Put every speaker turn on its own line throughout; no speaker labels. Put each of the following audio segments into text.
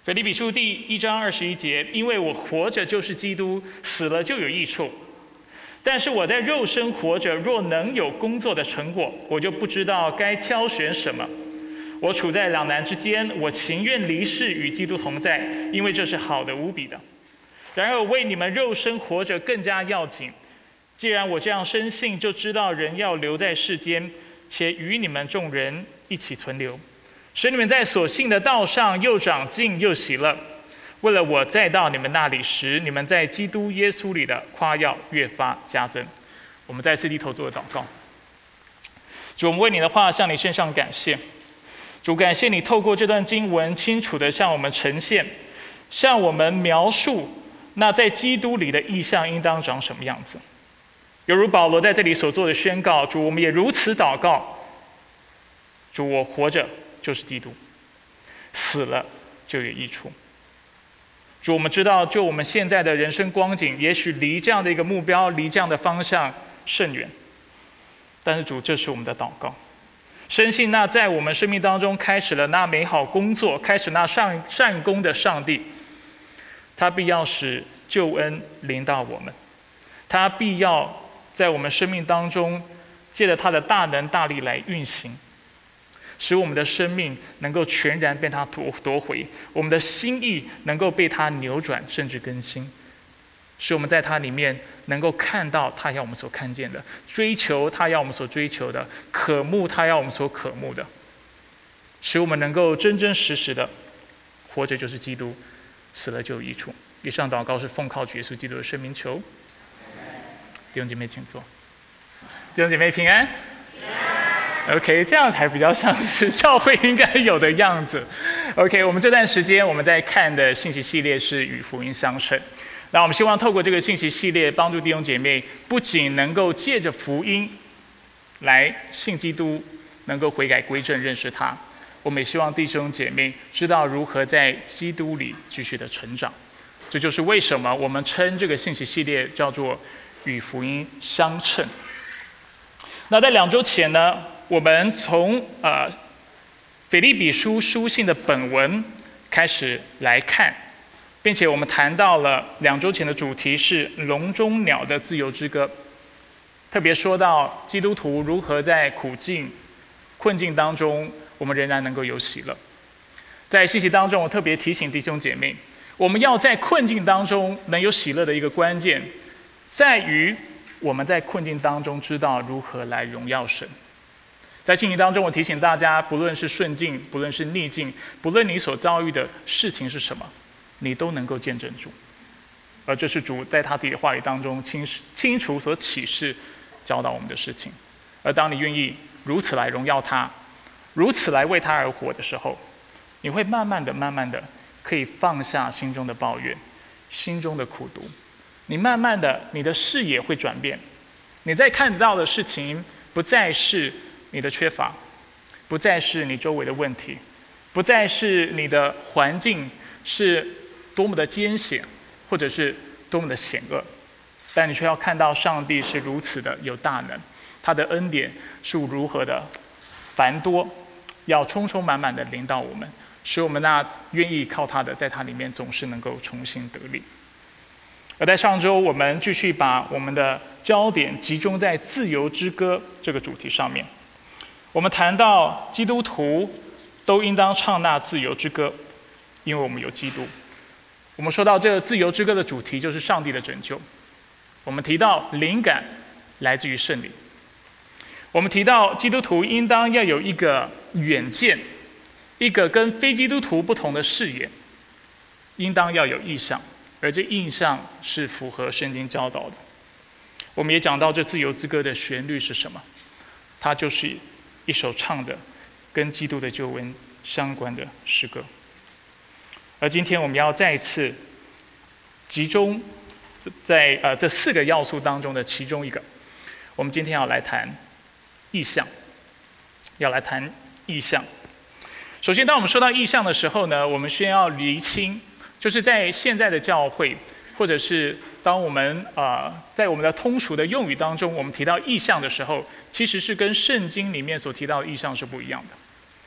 腓立比书第1章21节，因为我活着就是基督，死了就有益处。但是我在肉身活着，若能有工作的成果，我就不知道该挑选什么。我处在两难之间，我情愿离世与基督同在，因为这是好的无比的。然而我为你们肉身活着更加要紧。既然我这样深信，就知道人要留在世间，且与你们众人一起存留，使你们在所信的道上又长进又喜乐。为了我再到你们那里时，你们在基督耶稣里的夸耀越发加增。我们再次低头做个祷告。主，我们为你的话向你献上感谢。主，感谢你透过这段经文清楚地向我们呈现，向我们描述那在基督里的意象应当长什么样子。犹如保罗在这里所做的宣告，主，我们也如此祷告。主，我活着就是基督，死了就有益处。主，我们知道，就我们现在的人生光景，也许离这样的一个目标，离这样的方向甚远。但是主，这是我们的祷告，深信那在我们生命当中开始了那美好工作，开始那善功的上帝，他必要使救恩临到我们，他必要在我们生命当中借着他的大能大力来运行，使我们的生命能够全然被他夺回，我们的心意能够被他扭转甚至更新，使我们在他里面能够看到他要我们所看见的，追求他要我们所追求的，渴慕他要我们所渴慕的，使我们能够真真实实的活着就是基督，死了就有益处。以上祷告是奉靠主耶稣基督的圣名求。弟兄姐妹请坐。弟兄姐妹平安。OK， 这样才比较像是教会应该有的样子。OK， 我们这段时间我们在看的信息系列是与福音相称。那我们希望透过这个信息系列，帮助弟兄姐妹不仅能够借着福音来信基督，能够悔改归正认识他，我们也希望弟兄姐妹知道如何在基督里继续的成长。这就是为什么我们称这个信息系列叫做与福音相称。那在2周前呢，我们从腓立比书书信的本文开始来看，并且我们谈到了2周前的主题是笼中鸟的自由之歌，特别说到基督徒如何在苦境困境当中，我们仍然能够有喜乐。在信息当中，我特别提醒弟兄姐妹，我们要在困境当中能有喜乐的一个关键，在于我们在困境当中知道如何来荣耀神。在信息当中，我提醒大家，不论是顺境，不论是逆境，不论你所遭遇的事情是什么，你都能够见证主。而这是主在他自己的话语当中清楚所启示教导我们的事情。而当你愿意如此来荣耀他，如此来为他而活的时候，你会慢慢的可以放下心中的抱怨，心中的苦毒。你慢慢的，你的视野会转变，你在看到的事情不再是你的缺乏，不再是你周围的问题，不再是你的环境是多么的艰险，或者是多么的险恶，但你却要看到上帝是如此的有大能，他的恩典是如何的繁多，要充充满满的临到我们，使我们那愿意靠他的，在他里面总是能够重新得力。而在上周，我们继续把我们的焦点集中在自由之歌这个主题上面。我们谈到基督徒都应当唱那自由之歌，因为我们有基督。我们说到这个自由之歌的主题就是上帝的拯救。我们提到灵感来自于圣灵。我们提到基督徒应当要有一个远见，一个跟非基督徒不同的视野，应当要有意向，而这意向是符合圣经教导的。我们也讲到这自由之歌的旋律是什么，它就是一首唱的跟基督的救恩相关的诗歌。而今天我们要再一次集中在这4个要素当中的其中一个，我们今天要来谈意象，要来谈意象。首先，当我们说到意象的时候呢，我们需要厘清，就是在现在的教会，或者是当我们在我们的通俗的用语当中，我们提到意象的时候，其实是跟圣经里面所提到的意象是不一样的。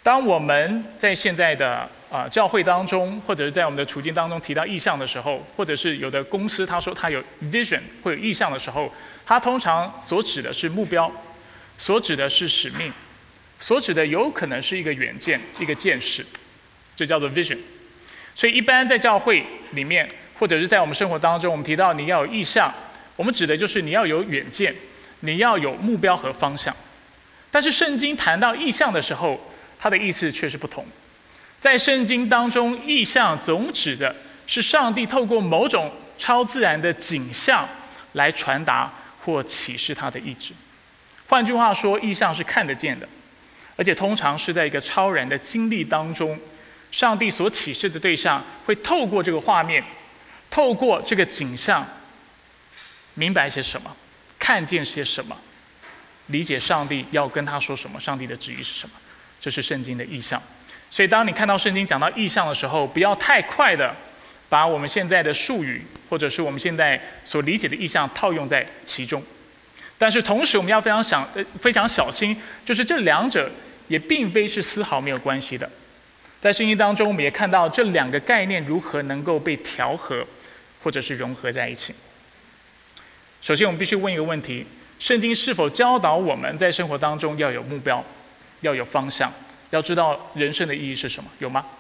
当我们在现在的教会当中，或者是在我们的处境当中提到意向的时候，或者是有的公司他说他有 vision 会有意向的时候，他通常所指的是目标，所指的是使命，所指的有可能是一个远见、一个见识，这叫做 vision。所以一般在教会里面，或者是在我们生活当中，我们提到你要有意向，我们指的就是你要有远见，你要有目标和方向。但是圣经谈到意向的时候，它的意思却是不同。在圣经当中，意象总指的是上帝透过某种超自然的景象来传达或启示他的意志。换句话说，意象是看得见的，而且通常是在一个超然的经历当中，上帝所启示的对象会透过这个画面，透过这个景象，明白些什么，看见些什么，理解上帝要跟他说什么，上帝的旨意是什么。这是圣经的意象。所以当你看到圣经讲到意象的时候，不要太快的把我们现在的术语或者是我们现在所理解的意象套用在其中。但是同时我们要非常小心，就是这两者也并非是丝毫没有关系的。在圣经当中，我们也看到这两个概念如何能够被调和或者是融合在一起。首先我们必须问一个问题，圣经是否教导我们在生活当中要有目标，要有方向，要知道人生的意义是什么？有吗？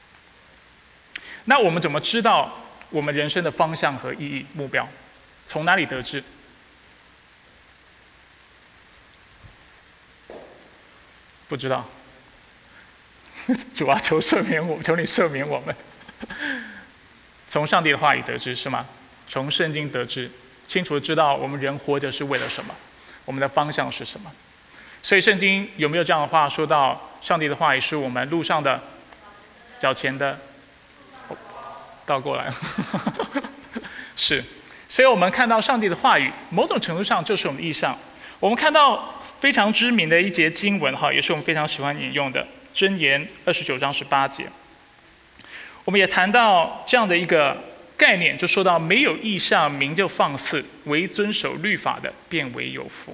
那我们怎么知道我们人生的方向和意义、目标？从哪里得知？不知道。主啊，求你赦免我们。从上帝的话语得知是吗？从圣经得知，清楚地知道我们人活着是为了什么，我们的方向是什么。所以圣经有没有这样的话说到，上帝的话语是我们路上的脚前的，倒过来是。所以我们看到上帝的话语，某种程度上就是我们的意象。我们看到非常知名的一节经文也是我们非常喜欢引用的箴言29章18节。我们也谈到这样的一个概念，就说到没有意象，民就放肆；唯遵守律法的，便为有福。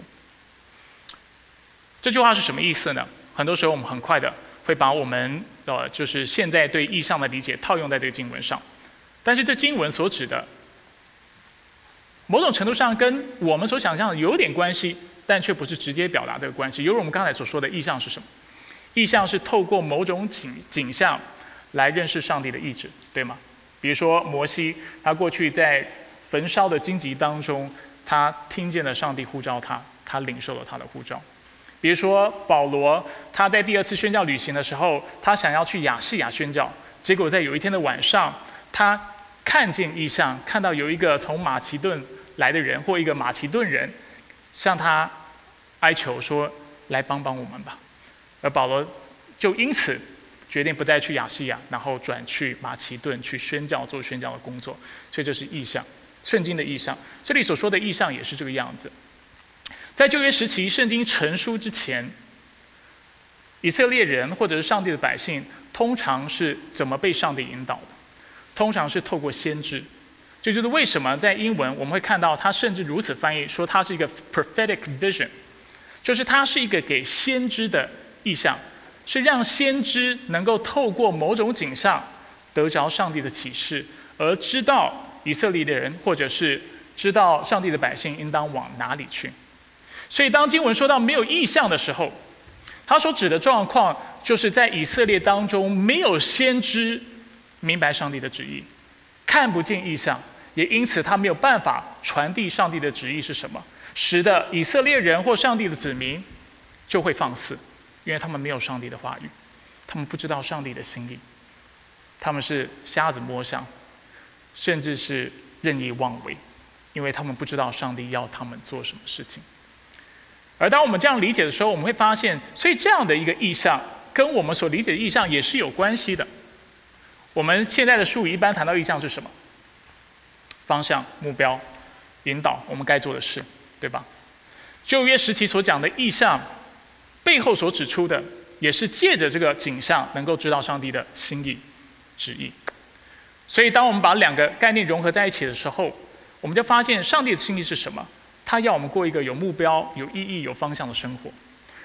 这句话是什么意思呢？很多时候我们很快的会把我们就是现在对意象的理解套用在这个经文上，但是这经文所指的，某种程度上跟我们所想象的有点关系，但却不是直接表达这个关系。犹如我们刚才所说的，意象是什么？意象是透过某种景象来认识上帝的意志，对吗？比如说摩西，他过去在焚烧的荆棘当中，他听见了上帝呼召他，他领受了他的呼召。比如说保罗，他在第2次宣教旅行的时候，他想要去亚细亚宣教，结果在有一天的晚上，他看见异象，看到有一个从马其顿来的人，或一个马其顿人，向他哀求说：“来帮帮我们吧。”而保罗就因此决定不再去亚细亚，然后转去马其顿去宣教，做宣教的工作。所以这是异象，圣经的异象。这里所说的异象也是这个样子。在旧约时期，圣经成书之前，以色列人或者是上帝的百姓，通常是怎么被上帝引导的？通常是透过先知。这就是为什么在英文我们会看到他甚至如此翻译，说它是一个 prophetic vision， 就是它是一个给先知的意象，是让先知能够透过某种景象得着上帝的启示，而知道以色列的人或者是知道上帝的百姓应当往哪里去。所以当经文说到没有意象的时候，他所指的状况就是在以色列当中没有先知明白上帝的旨意，看不见意象，也因此他没有办法传递上帝的旨意是什么，使得以色列人或上帝的子民就会放肆，因为他们没有上帝的话语，他们不知道上帝的心意，他们是瞎子摸象，甚至是任意妄为，因为他们不知道上帝要他们做什么事情。而当我们这样理解的时候，我们会发现，所以这样的一个意象跟我们所理解的意象也是有关系的。我们现在的术语一般谈到意象是什么？方向、目标、引导我们该做的事，对吧？旧约时期所讲的意象背后所指出的，也是借着这个景象能够知道上帝的心意、旨意。所以当我们把两个概念融合在一起的时候，我们就发现上帝的心意是什么？他要我们过一个有目标、有意义、有方向的生活。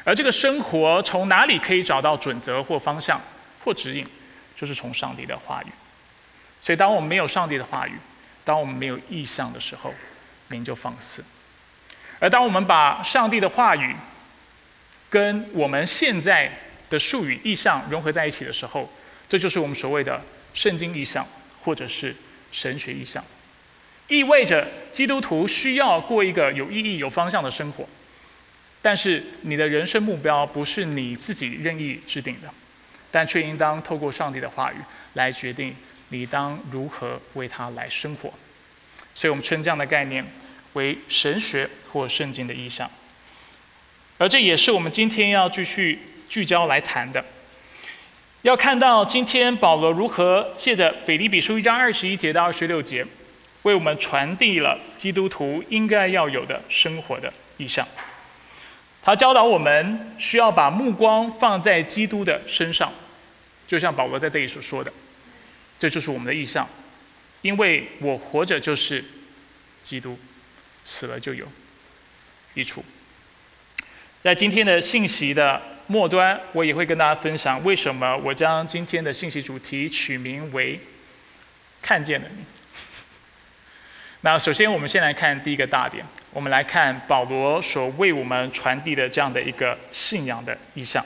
而这个生活从哪里可以找到准则或方向或指引，就是从上帝的话语。所以当我们没有上帝的话语，当我们没有意象的时候，您就放肆。而当我们把上帝的话语跟我们现在的术语意象融合在一起的时候，这就是我们所谓的圣经意象，或者是神学意象，意味着基督徒需要过一个有意义、有方向的生活。但是你的人生目标不是你自己任意制定的，但却应当透过上帝的话语来决定你当如何为他来生活。所以我们称这样的概念为神学或圣经的意象。而这也是我们今天要继续聚焦来谈的。要看到今天保罗如何借着腓立比书1章21节到26节，为我们传递了基督徒应该要有的生活的意象。他教导我们需要把目光放在基督的身上，就像保罗在这里所说的，这就是我们的意象。因为我活着就是基督，死了就有益处。在今天的信息的末端，我也会跟大家分享为什么我将今天的信息主题取名为“看见了你”。那首先，我们先来看第一个大点，我们来看保罗所为我们传递的这样的一个信仰的意象。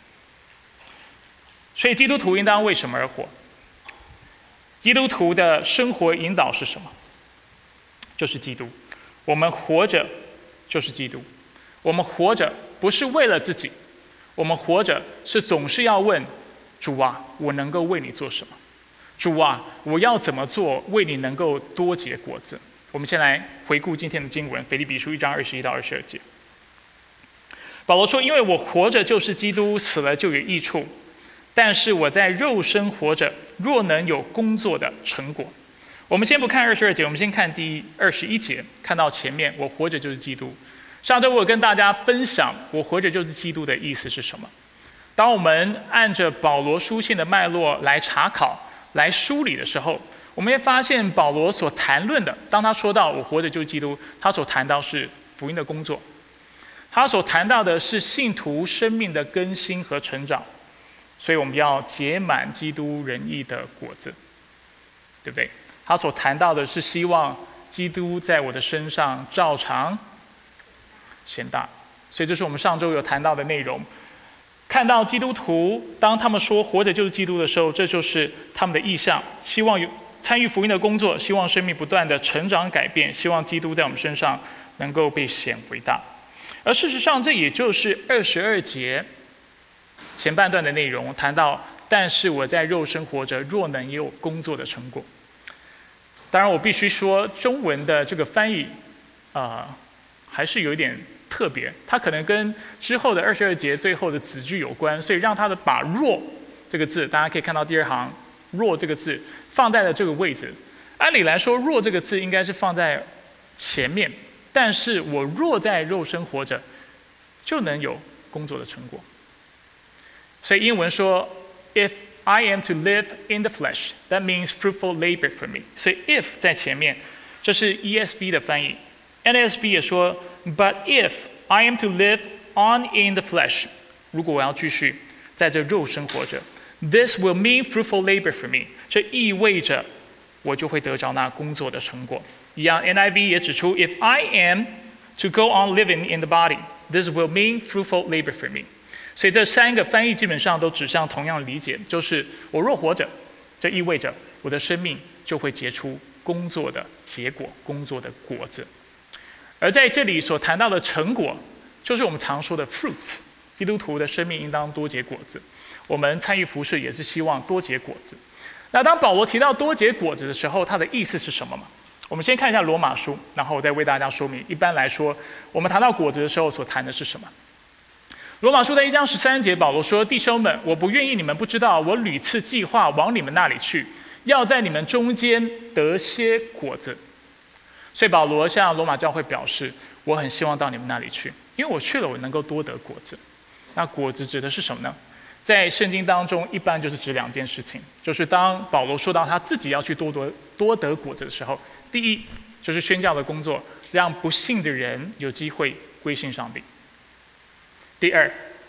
所以，基督徒应当为什么而活？基督徒的生活引导是什么？就是基督。我们活着就是基督。我们活着不是为了自己，我们活着是总是要问主啊，我能够为你做什么？主啊，我要怎么做，为你能够多结果子？我们先来回顾今天的经文，腓立比书1章21到22节。保罗说：“因为我活着就是基督，死了就有益处。但是我在肉身活着，若能有工作的成果。”我们先不看22节，我们先看第21节。看到前面，我活着就是基督。上周我有跟大家分享，我活着就是基督的意思是什么？当我们按着保罗书信的脉络来查考、来梳理的时候，我们会发现保罗所谈论的，当他说到我活着就是基督，他所谈到是福音的工作，他所谈到的是信徒生命的更新和成长。所以我们要结满基督仁义的果子，对不对？他所谈到的是希望基督在我的身上照常显大。所以这是我们上周有谈到的内容。看到基督徒当他们说活着就是基督的时候，这就是他们的意向，希望有参与福音的工作，希望生命不断的成长改变，希望基督在我们身上能够被显为大。而事实上，这也就是22节前半段的内容，谈到但是我在肉身活着，若能也有工作的成果。当然我必须说，中文的这个翻译还是有一点特别，它可能跟之后的22节最后的子句有关，所以让它把若这个字，大家可以看到第二行若这个字放在了这个位置。按理来说，若这个字应该是放在前面，但是我若在肉身活着，就能有工作的成果。所以英文说 ，If I am to live in the flesh, that means fruitful labor for me. 所以 if 在前面，这是 ESV 的翻译。NASB 也说 ，But if I am to live on in the flesh， 如果我要继续在这肉身活着 ，This will mean fruitful labor for me。这意味着我就会得着那工作的成果。一样 NIV 也指出 ，If I am to go on living in the body, this will mean fruitful labor for me。所以这三个翻译基本上都指向同样的理解，就是我若活着，这意味着我的生命就会结出工作的结果，工作的果子。而在这里所谈到的成果，就是我们常说的 fruits。基督徒的生命应当多结果子，我们参与服事也是希望多结果子。那当保罗提到多结果子的时候，他的意思是什么嘛？我们先看一下罗马书，然后我再为大家说明。一般来说，我们谈到果子的时候所谈的是什么？罗马书的1章13节，保罗说：“弟兄们，我不愿意你们不知道，我屡次计划往你们那里去，要在你们中间得些果子。”所以保罗向罗马教会表示，我很希望到你们那里去，因为我去了，我能够多得果子。那果子指的是什么呢？在圣经当中，一般就是指两件事情，就是当保罗说到他自己要去多得果子的时候，第一就是宣教的工作，让不信的人有机会归信上帝；第二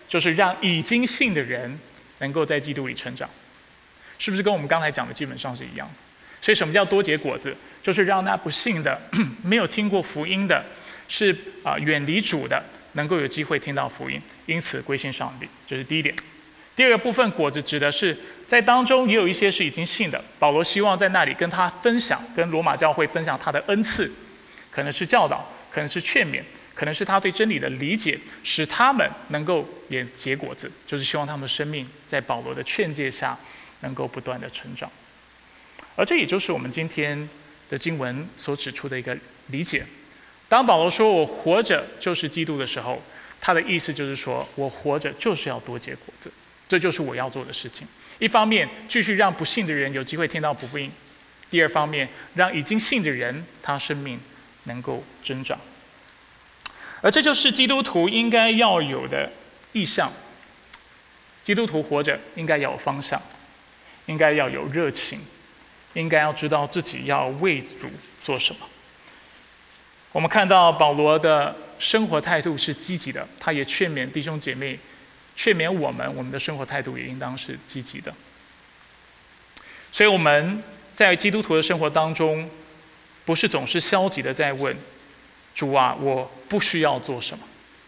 就是让已经信的人能够在基督里成长，是不是跟我们刚才讲的基本上是一样的？所以什么叫多结果子？就是让那不信的、没有听过福音的、是远离主的，能够有机会听到福音，因此归信上帝。这是第一点。第二个部分果子指的是在当中也有一些是已经信的，保罗希望在那里跟他分享，跟罗马教会分享他的恩赐，可能是教导，可能是劝勉，可能是他对真理的理解，使他们能够也结果子，就是希望他们的生命在保罗的劝诫下能够不断的成长。而这也就是我们今天的经文所指出的一个理解。当保罗说我活着就是基督的时候，他的意思就是说我活着就是要多结果子，这就是我要做的事情。一方面继续让不信的人有机会听到福音，第二方面让已经信的人他生命能够增长。而这就是基督徒应该要有的意向。基督徒活着应该要有方向，应该要有热情，应该要知道自己要为主做什么。我们看到保罗的生活态度是积极的，他也劝勉弟兄姐妹，劝勉我们的生活态度也应当是积极的。所以我们在基督徒的生活当中，不是总是消极的在问主啊，我不需要做什么。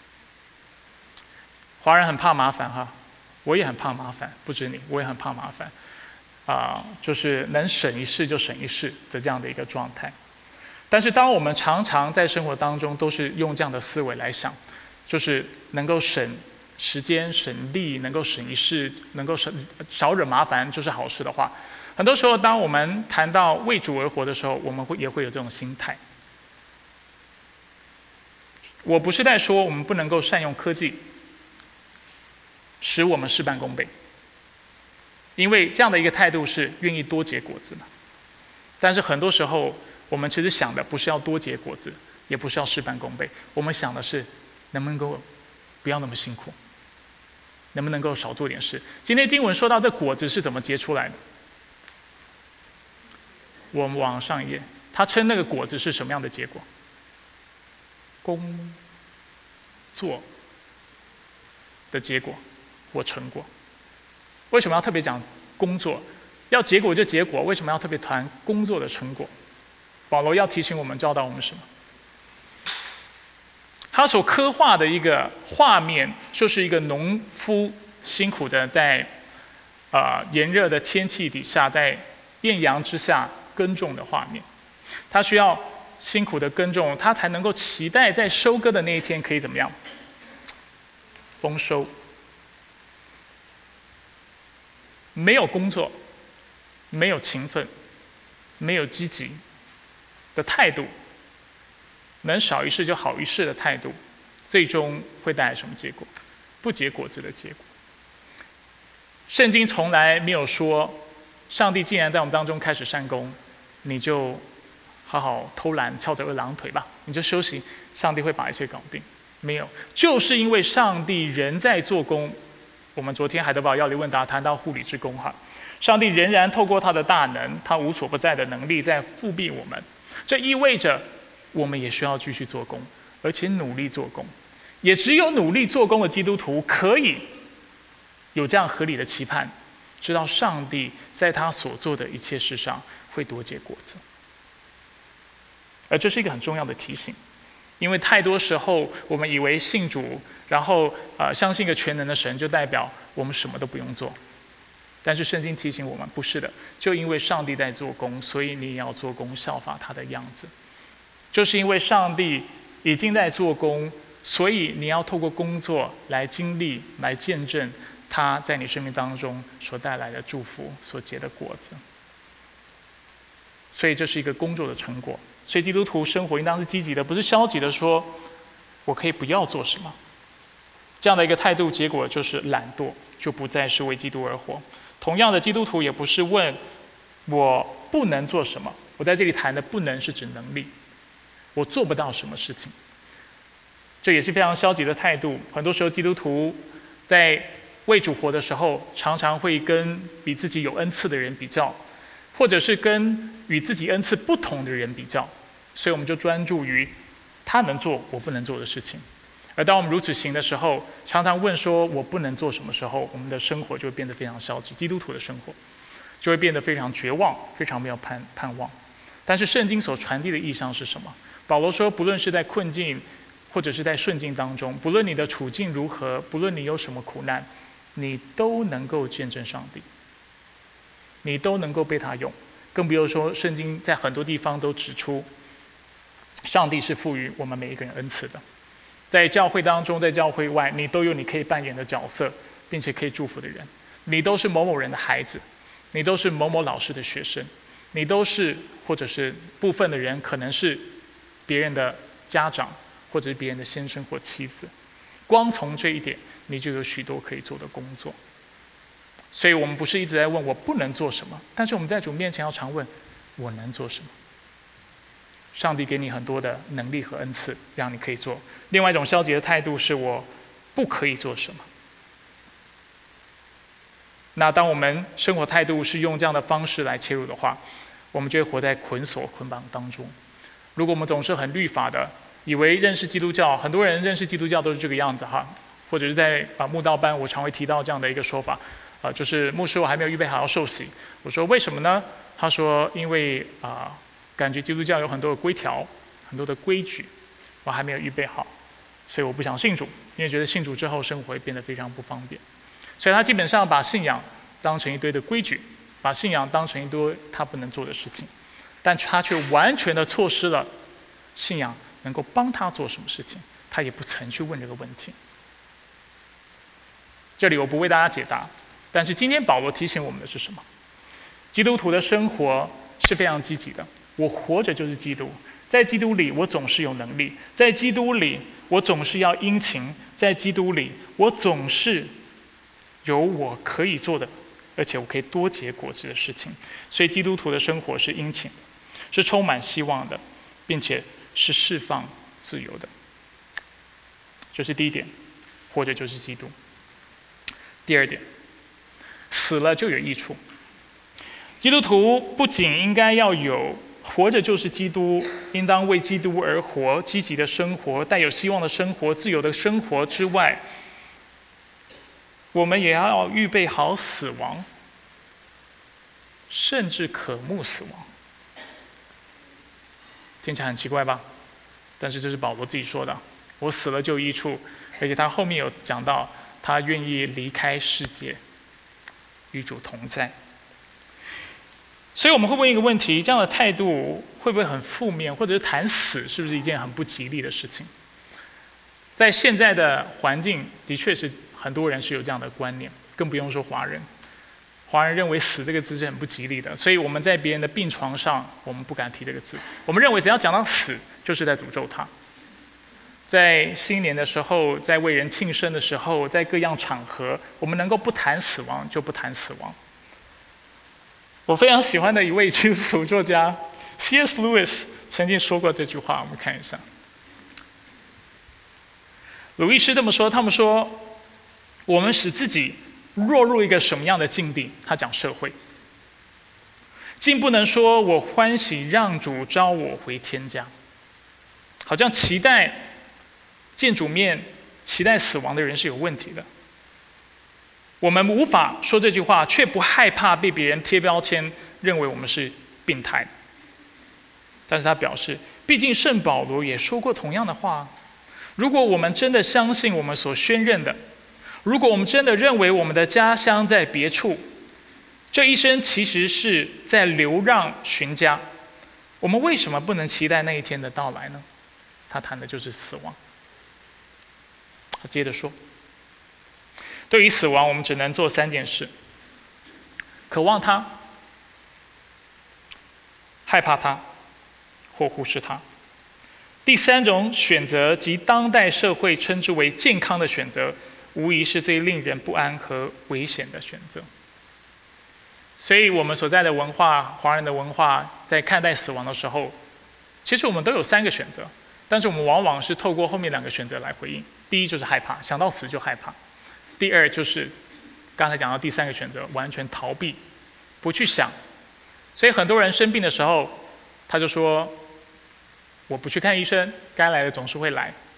华人很怕麻烦哈，我也很怕麻烦，不止你，我也很怕麻烦就是能省一事就省一事的这样的一个状态。但是当我们常常在生活当中都是用这样的思维来想，就是能够省时间、省力，能够省一事，能够少惹麻烦，就是好事的话，很多时候当我们谈到为主而活的时候，我们也会有这种心态。我不是在说我们不能够善用科技，使我们事半功倍，因为这样的一个态度是愿意多结果子嘛。但是很多时候，我们其实想的不是要多结果子，也不是要事半功倍，我们想的是能不能够不要那么辛苦，能不能够少做点事。今天经文说到这果子是怎么结出来的，我们往上一页，他称那个果子是什么样的结果？工作的结果或成果。为什么要特别讲工作？要结果就结果，为什么要特别谈工作的成果？保罗要提醒我们、教导我们什么？他所刻画的一个画面，就是一个农夫辛苦的在炎热的天气底下，在艳阳之下耕种的画面。他需要辛苦的耕种，他才能够期待在收割的那一天可以怎么样？丰收。没有工作，没有勤奋，没有积极的态度，能少一事就好一事的态度，最终会带来什么结果？不结果子的结果。圣经从来没有说，上帝既然在我们当中开始善工，你就好好偷懒，翘着二郎腿吧，你就休息，上帝会把一切搞定。没有，就是因为上帝仍在做工。我们昨天海德堡要理问答谈到护理之功哈，上帝仍然透过他的大能，他无所不在的能力在复庇我们。这意味着我们也需要继续做工，而且努力做工。也只有努力做工的基督徒可以有这样合理的期盼，知道上帝在他所做的一切事上会多结果子。而这是一个很重要的提醒，因为太多时候我们以为信主，然后相信一个全能的神，就代表我们什么都不用做。但是圣经提醒我们，不是的，就因为上帝在做工，所以你也要做工，效法他的样子。就是因为上帝已经在做工，所以你要透过工作来经历、来见证他在你生命当中所带来的祝福、所结的果子。所以这是一个工作的成果。所以基督徒生活应当是积极的，不是消极的说我可以不要做什么。这样的一个态度，结果就是懒惰，就不再是为基督而活。同样的，基督徒也不是问我不能做什么，我在这里谈的不能是指能力，我做不到什么事情，这也是非常消极的态度。很多时候基督徒在为主活的时候，常常会跟比自己有恩赐的人比较，或者是跟与自己恩赐不同的人比较，所以我们就专注于他能做我不能做的事情， 而当我们如此行的时候，常常问说我不能做什么时候，我们的生活就会变得非常消极，基督徒的生活就会变得非常绝望，非常没有盼望。但是圣经所传递的意象是什么？保罗说，不论是在困境或者是在顺境当中，不论你的处境如何，不论你有什么苦难，你都能够见证上帝，你都能够被他用。更不用说圣经在很多地方都指出，上帝是赋予我们每一个人恩赐的。在教会当中，在教会外，你都有你可以扮演的角色，并且可以祝福的人。你都是某某人的孩子，你都是某某老师的学生，你都是，或者是部分的人可能是别人的家长，或者是别人的先生或妻子。光从这一点，你就有许多可以做的工作。所以我们不是一直在问我不能做什么，但是我们在主面前要常问我能做什么。上帝给你很多的能力和恩赐，让你可以做。另外一种消极的态度是我不可以做什么。那当我们生活态度是用这样的方式来切入的话，我们就会活在捆绑当中。如果我们总是很律法的，以为认识基督教，很多人认识基督教都是这个样子哈，或者是在慕道班，我常会提到这样的一个说法，就是牧师我还没有预备好要受洗。我说为什么呢？他说因为感觉基督教有很多的规条，很多的规矩，我还没有预备好，所以我不想信主，因为觉得信主之后生活会变得非常不方便。所以他基本上把信仰当成一堆的规矩，把信仰当成一堆他不能做的事情，但他却完全的错失了信仰能够帮他做什么事情，他也不曾去问这个问题。这里我不为大家解答，但是今天保罗提醒我们的是什么？基督徒的生活是非常积极的。我活着就是基督，在基督里我总是有能力，在基督里我总是要殷勤，在基督里我总是有我可以做的，而且我可以多结果子的事情。所以基督徒的生活是殷勤，是充满希望的，并且是释放自由的。这是第一点，活着就是基督。第二点，死了就有益处。基督徒不仅应该要有活着就是基督，应当为基督而活，积极的生活，带有希望的生活，自由的生活之外，我们也要预备好死亡，甚至渴慕死亡。听起来很奇怪吧？但是这是保罗自己说的，我死了就有益处，而且他后面有讲到他愿意离开世界，与主同在。所以我们会问一个问题，这样的态度会不会很负面，或者是谈死是不是一件很不吉利的事情？在现在的环境，的确是很多人是有这样的观念，更不用说华人。华人认为死这个字是很不吉利的，所以我们在别人的病床上，我们不敢提这个字。我们认为只要讲到死，就是在诅咒他。在新年的时候，在为人庆生的时候，在各样场合，我们能够不谈死亡就不谈死亡。我非常喜欢的一位基督徒作家 C.S. Lewis 曾经说过这句话，我们看一下。鲁易斯这么说，他们说，我们使自己落入一个什么样的境地？他讲社会，竟不能说我欢喜让主召我回天家，好像期待见主面、期待死亡的人是有问题的。我们无法说这句话，却不害怕被别人贴标签，认为我们是病态。但是他表示，毕竟圣保罗也说过同样的话。如果我们真的相信我们所宣认的，如果我们真的认为我们的家乡在别处，这一生其实是在流浪寻家，我们为什么不能期待那一天的到来呢？他谈的就是死亡。他接着说，对于死亡，我们只能做3件事：渴望它、害怕它，或忽视它。第3种选择，即当代社会称之为健康的选择，无疑是最令人不安和危险的选择。所以我们所在的文化，华人的文化，在看待死亡的时候，其实我们都有3个选择，但是我们往往是透过后面2个选择来回应。第一就是害怕，想到死就害怕；第二就是刚才讲到第3个选择，完全逃避，不去想。所以很多人生病的时候，他就说：“我不去看医生，该来的总是会来，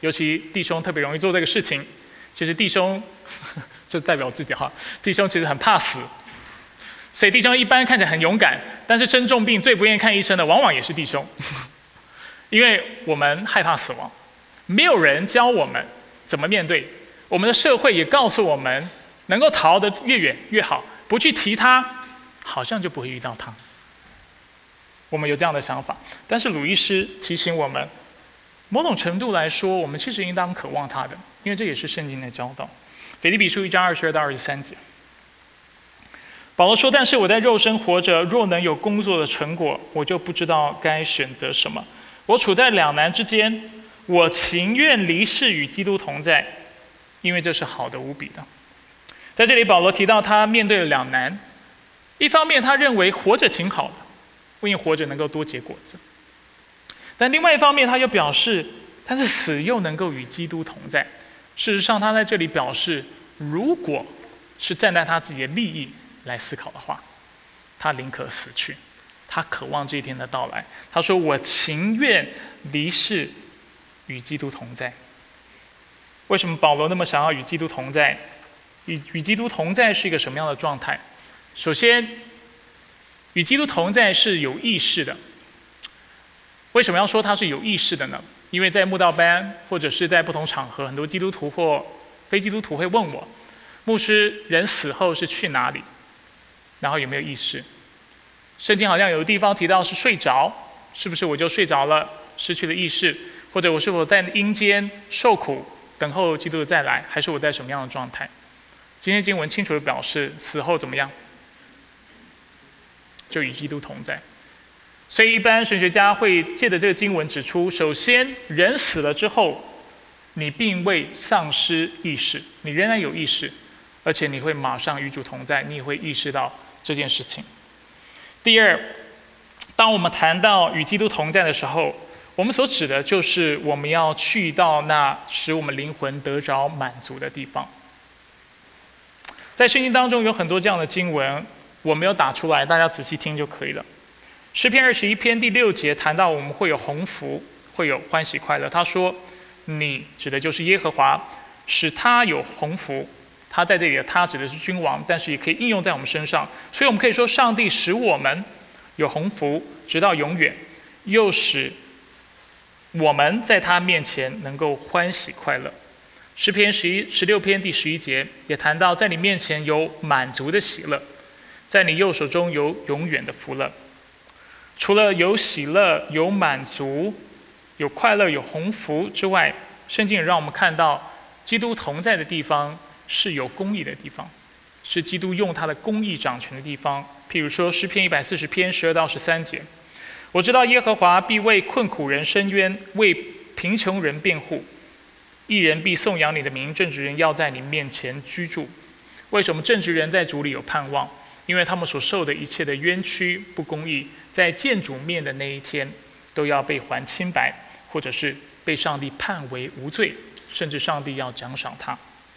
尤其弟兄特别容易做这个事情。其实弟兄，这代表我自己哈，弟兄其实很怕死，所以弟兄一般看起来很勇敢，但是生重病最不愿意看医生的，往往也是弟兄，因为我们害怕死亡，没有人教我们怎么面对，我们的社会也告诉我们，能够逃得越远越好，不去提它，好像就不会遇到它。我们有这样的想法，但是鲁医师提醒我们，某种程度来说，我们其实应当渴望他的，因为这也是圣经的教导。腓立比书1章22到23节，保罗说：“但是我在肉身活着，若能有工作的成果，我就不知道该选择什么。我处在两难之间，我情愿离世与基督同在，因为这是好的无比的。”在这里，保罗提到他面对了两难，一方面他认为活着挺好的，因为活着能够多结果子。但另外一方面，他又表示，但是死又能够与基督同在。事实上，他在这里表示，如果是站在他自己的利益来思考的话，他宁可死去，他渴望这一天的到来。他说：“我情愿离世，与基督同在。”为什么保罗那么想要与基督同在？与基督同在是一个什么样的状态？首先，与基督同在是有意识的。为什么要说它是有意识的呢？因为在慕道班或者是在不同场合，很多基督徒或非基督徒会问我，牧师，人死后是去哪里？然后有没有意识？圣经好像有的地方提到是睡着，是不是我就睡着了，失去了意识？或者我是否在阴间受苦，等候基督的再来，还是我在什么样的状态？今天经文清楚地表示，死后怎么样？就与基督同在。所以一般神学家会借着这个经文指出，首先人死了之后，你并未丧失意识，你仍然有意识，而且你会马上与主同在，你也会意识到这件事情。第二，当我们谈到与基督同在的时候，我们所指的就是我们要去到那使我们灵魂得着满足的地方。在圣经当中有很多这样的经文，我没有打出来，大家仔细听就可以了。诗篇21篇第6节谈到我们会有鸿福，会有欢喜快乐。他说：“你指的就是耶和华，使他有鸿福。”他在这里的他指的是君王，但是也可以应用在我们身上。所以我们可以说，上帝使我们有鸿福，直到永远，又使我们在他面前能够欢喜快乐。诗篇16篇第11节也谈到，在你面前有满足的喜乐，在你右手中有永远的福乐。除了有喜乐、有满足、有快乐、有鸿福之外，圣经也让我们看到，基督同在的地方是有公义的地方，是基督用他的公义掌权的地方。譬如说诗篇140篇12到13节，我知道耶和华必为困苦人伸冤，为贫穷人辩护。义人必颂扬你的名，正直人要在你面前居住。为什么正直人在主里有盼望？因为他们所受的一切的冤屈、不公义，在见主面的那一天，都要被还清白，或者是被上帝判为无罪，甚至上帝要奖赏他。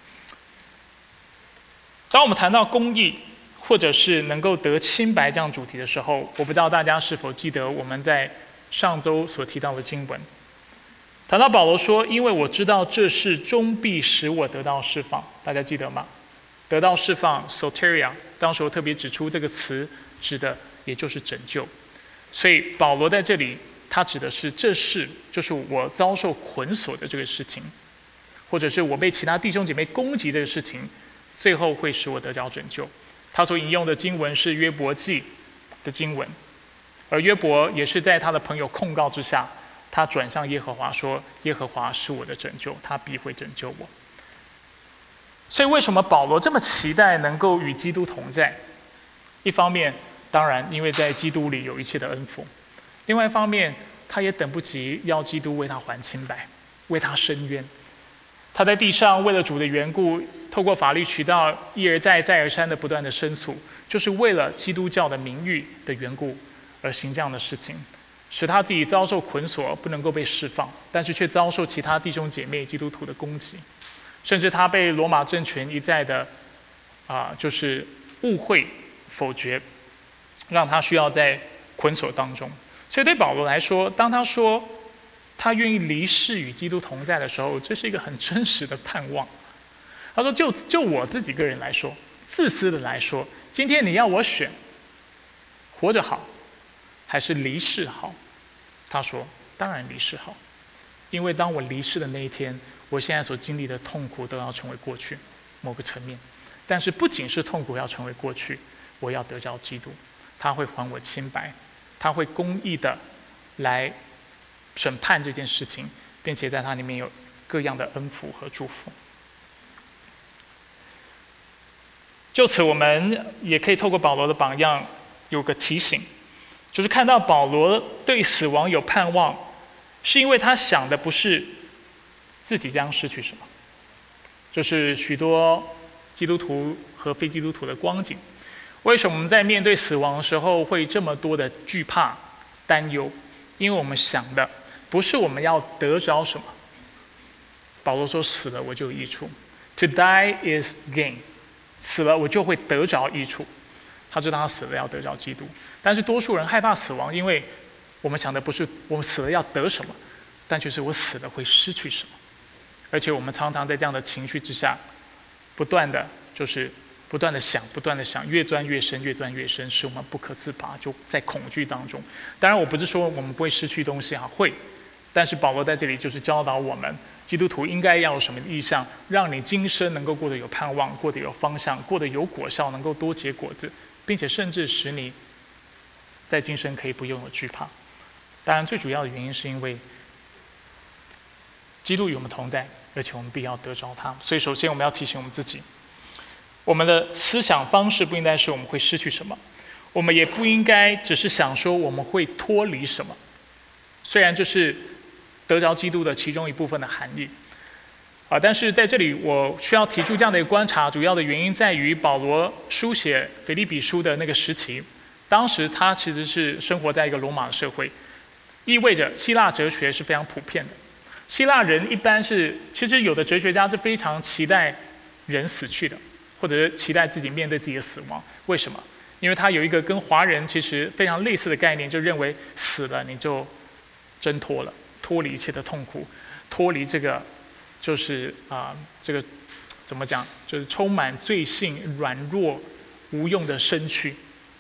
当我们谈到公义，或者是能够得清白这样主题的时候，我不知道大家是否记得我们在上周所提到的经文。谈到保罗说：“因为我知道这事终必使我得到释放。”大家记得吗？得到释放 soteria， 当时我特别指出这个词指的也就是拯救。所以保罗在这里他指的是这事，就是我遭受捆锁的这个事情，或者是我被其他弟兄姐妹攻击这个事情，最后会使我得着拯救。他所引用的经文是约伯记的经文，而约伯也是在他的朋友控告之下，他转向耶和华说：“耶和华是我的拯救，他必会拯救我。”所以为什么保罗这么期待能够与基督同在？一方面，当然因为在基督里有一切的恩福；另外一方面，他也等不及要基督为他还清白，为他伸冤。他在地上为了主的缘故，透过法律渠道一而再、再而三的不断的申诉，就是为了基督教的名誉的缘故而行这样的事情，使他自己遭受捆锁，不能够被释放，但是却遭受其他弟兄姐妹基督徒的攻击。甚至他被罗马政权一再的就是误会否决，让他需要在捆锁当中。所以对保罗来说，当他说他愿意离世与基督同在的时候，这是一个很真实的盼望。他说就我自己个人来说，自私的来说，今天你要我选，活着好，还是离世好？他说，当然离世好，因为当我离世的那一天，我现在所经历的痛苦都要成为过去，某个层面。但是不仅是痛苦要成为过去，我要得着基督，他会还我清白，他会公义的来审判这件事情，并且在它里面有各样的恩福和祝福。就此，我们也可以透过保罗的榜样有个提醒，就是看到保罗对死亡有盼望，是因为他想的不是自己将失去什么，就是许多基督徒和非基督徒的光景。为什么我们在面对死亡的时候会这么多的惧怕、担忧？因为我们想的不是我们要得着什么。保罗说：“死了我就有益处 ，To die is gain。”死了我就会得着益处。他知道他死了要得着基督，但是多数人害怕死亡，因为我们想的不是我们死了要得什么，但就是我死了会失去什么。而且我们常常在这样的情绪之下，不断的想，越钻越深，使我们不可自拔，就在恐惧当中。当然，我不是说我们不会失去东西会，但是保罗在这里就是教导我们，基督徒应该要有什么意向，让你今生能够过得有盼望，过得有方向，过得有果效，能够多结果子，并且甚至使你在今生可以不拥有惧怕。当然，最主要的原因是因为基督与我们同在，而且我们必要得着他。所以，首先我们要提醒我们自己，我们的思想方式不应该是我们会失去什么，我们也不应该只是想说我们会脱离什么。虽然这是得着基督的其中一部分的含义，但是在这里我需要提出这样的一个观察，主要的原因在于保罗书写腓立比书的那个时期，当时他其实是生活在一个罗马的社会，意味着希腊哲学是非常普遍的。希腊人一般是，其实有的哲学家是非常期待人死去的，或者是期待自己面对自己的死亡。为什么？因为他有一个跟华人其实非常类似的概念，就认为死了你就挣脱了，脱离一切的痛苦，脱离这个就是这个怎么讲，就是充满罪性、软弱、无用的身躯。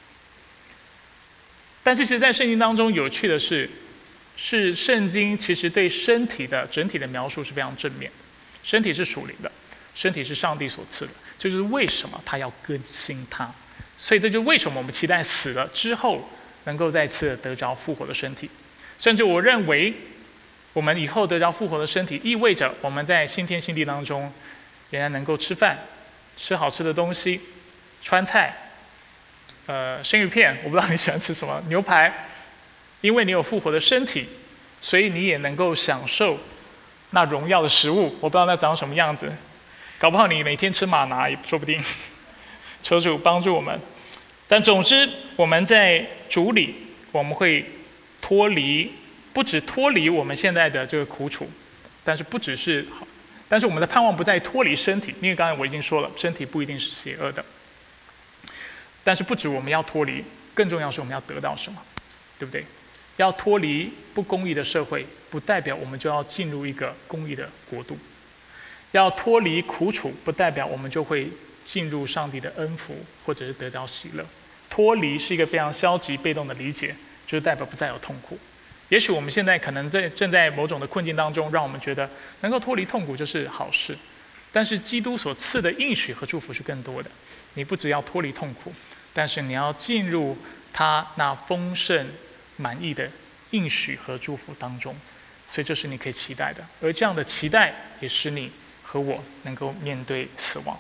但是其实在圣经当中有趣的是圣经其实对身体的整体的描述是非常正面，身体是属灵的，身体是上帝所赐的，这就是为什么他要更新它。所以这就是为什么我们期待死了之后能够再次得着复活的身体。甚至我认为我们以后得着复活的身体，意味着我们在新天新地当中仍然能够吃饭，吃好吃的东西，川菜，生鱼片，我不知道你喜欢吃什么，牛排。因为你有复活的身体，所以你也能够享受那荣耀的食物。我不知道那长什么样子，搞不好你每天吃玛拿也说不定。求主帮助我们。但总之，我们在主里，我们会脱离，不只脱离我们现在的这个苦楚，但是我们的盼望不在脱离身体，因为刚才我已经说了，身体不一定是邪恶的。但是不止我们要脱离，更重要是我们要得到什么，对不对？要脱离不公义的社会，不代表我们就要进入一个公义的国度；要脱离苦楚，不代表我们就会进入上帝的恩福，或者是得着喜乐。脱离是一个非常消极被动的理解，就是代表不再有痛苦。也许我们现在可能正在某种的困境当中，让我们觉得能够脱离痛苦就是好事。但是基督所赐的应许和祝福是更多的。你不只要脱离痛苦，但是你要进入他那丰盛满意的应许和祝福当中，所以这是你可以期待的。而这样的期待也使你和我能够面对死亡。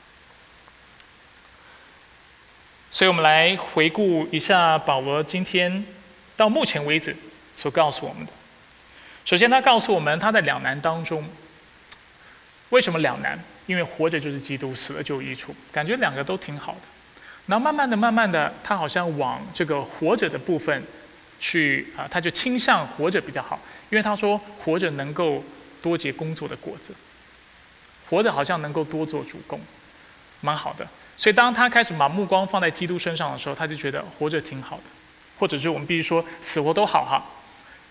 所以我们来回顾一下保罗今天到目前为止所告诉我们的。首先他告诉我们他在两难当中。为什么两难？因为活着就是基督，死了就有益处，感觉两个都挺好的。然后慢慢的他好像往这个活着的部分去他就倾向活着比较好，因为他说活着能够多结工作的果子，活着好像能够多做主工，蛮好的。所以当他开始把目光放在基督身上的时候，他就觉得活着挺好的，或者是我们必须说死活都好哈。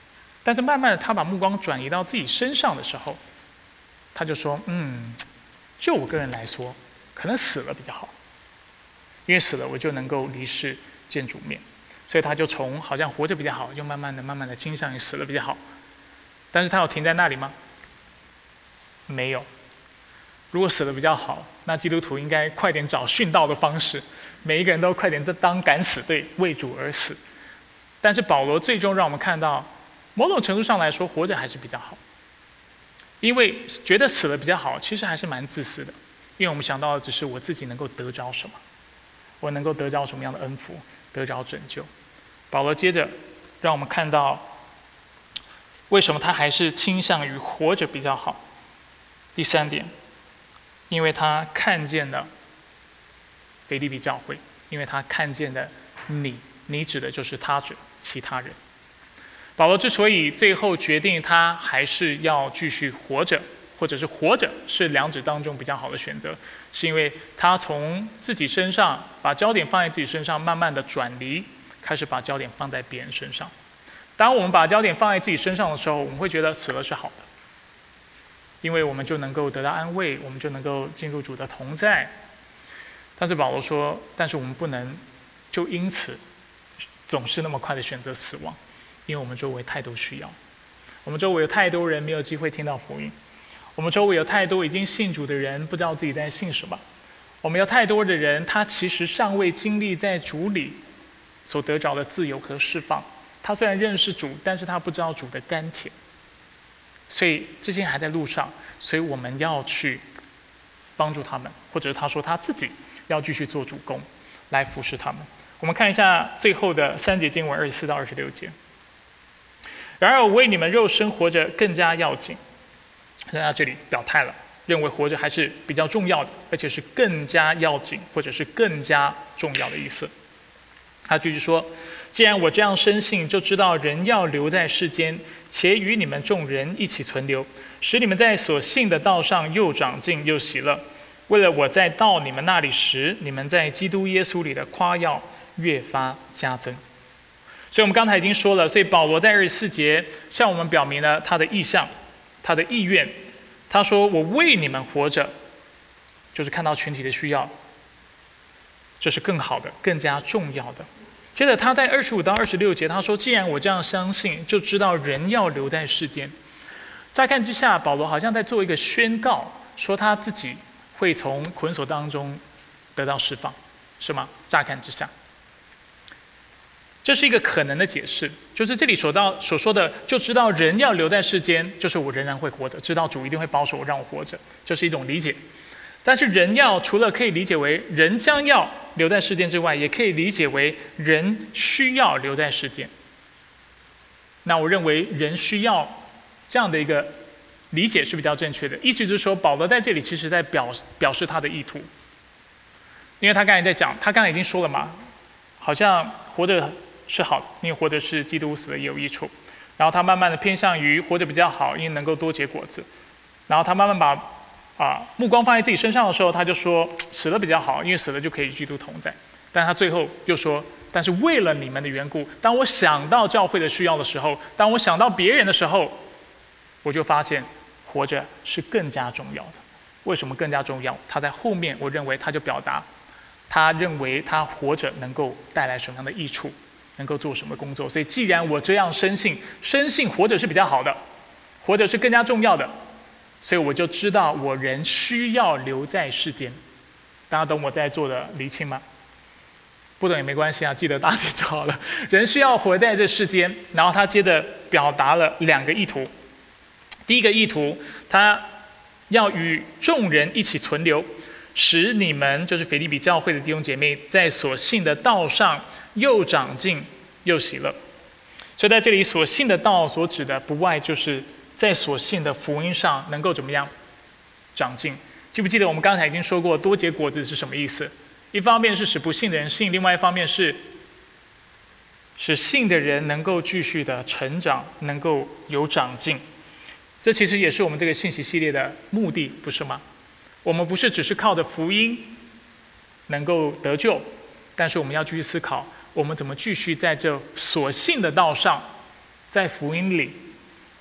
但是慢慢的，他把目光转移到自己身上的时候，他就说：“就我个人来说，可能死了比较好，因为死了我就能够离世见主面。”所以他就从好像活着比较好，就慢慢的倾向于死了比较好。但是他有停在那里吗？没有。如果死了比较好，那基督徒应该快点找殉道的方式，每一个人都快点当敢死队，为主而死。但是保罗最终让我们看到，某种程度上来说，活着还是比较好。因为觉得死了比较好，其实还是蛮自私的。因为我们想到的只是我自己能够得着什么，我能够得着什么样的恩福，得着拯救。保罗接着让我们看到，为什么他还是倾向于活着比较好。第3点，因为他看见了腓立比教会，因为他看见了你指的就是他者其他人。保罗之所以最后决定他还是要继续活着，或者是活着是两者当中比较好的选择，是因为他从自己身上把焦点放在自己身上，慢慢的转离，开始把焦点放在别人身上。当我们把焦点放在自己身上的时候，我们会觉得死了是好的，因为我们就能够得到安慰，我们就能够进入主的同在。但是保罗说，但是我们不能就因此总是那么快的选择死亡，因为我们周围太多需要，我们周围有太多人没有机会听到福音，我们周围有太多已经信主的人不知道自己在信什么，我们有太多的人他其实尚未经历在主里所得着的自由和释放，他虽然认识主，但是他不知道主的甘甜，所以这些人还在路上，所以我们要去帮助他们，或者是他说他自己要继续做主工来服侍他们。我们看一下最后的3节经文24到26节。然而我为你们肉身活着更加要紧，在他这里表态了，认为活着还是比较重要的，而且是更加要紧，或者是更加重要的意思。他继续说，既然我这样深信，就知道人要留在世间，且与你们众人一起存留，使你们在所信的道上又长进又喜乐，为了我在到你们那里时，你们在基督耶稣里的夸耀越发加增。所以我们刚才已经说了，所以保罗在24节向我们表明了他的意向，他的意愿。他说，我为你们活着，就是看到群体的需要，这是更好的，更加重要的。接着他在25到26节他说，既然我这样相信，就知道人要留在世间。乍看之下，保罗好像在做一个宣告，说他自己会从捆锁当中得到释放，是吗？乍看之下，这是一个可能的解释，就是这里所说的，就知道人要留在世间，就是我仍然会活着，知道主一定会保守我，让我活着，这是一种理解。但是人要除了可以理解为人将要留在世间之外，也可以理解为人需要留在世间。那我认为人需要这样的一个理解是比较正确的，意思就是说，保罗在这里其实在表示他的意图，因为他刚才在讲，他刚才已经说了嘛，好像活着是好的，因为活着是基督，死了也有益处。然后他慢慢的偏向于活着比较好，因为能够多结果子。然后他慢慢把目光放在自己身上的时候，他就说死了比较好，因为死了就可以与基督同在。但他最后又说，但是为了你们的缘故，当我想到教会的需要的时候，当我想到别人的时候，我就发现活着是更加重要的。为什么更加重要？他在后面我认为他就表达，他认为他活着能够带来什么样的益处，能够做什么工作。所以既然我这样深信活着是比较好的，活着是更加重要的，所以我就知道我人需要留在世间。大家懂我在做的厘清吗？不懂也没关系啊，记得大点就好了。人需要活在这世间，然后他接着表达了2个意图。第一个意图，他要与众人一起存留，使你们就是腓立比教会的弟兄姐妹，在所信的道上又长进又喜乐。所以在这里所信的道所指的不外就是在所信的福音上能够怎么样长进。记不记得我们刚才已经说过，多结果子是什么意思？一方面是使不信的人信，另外一方面是使信的人能够继续的成长，能够有长进。这其实也是我们这个信息系列的目的，不是吗？我们不是只是靠着福音能够得救，但是我们要继续思考，我们怎么继续在这所信的道上，在福音里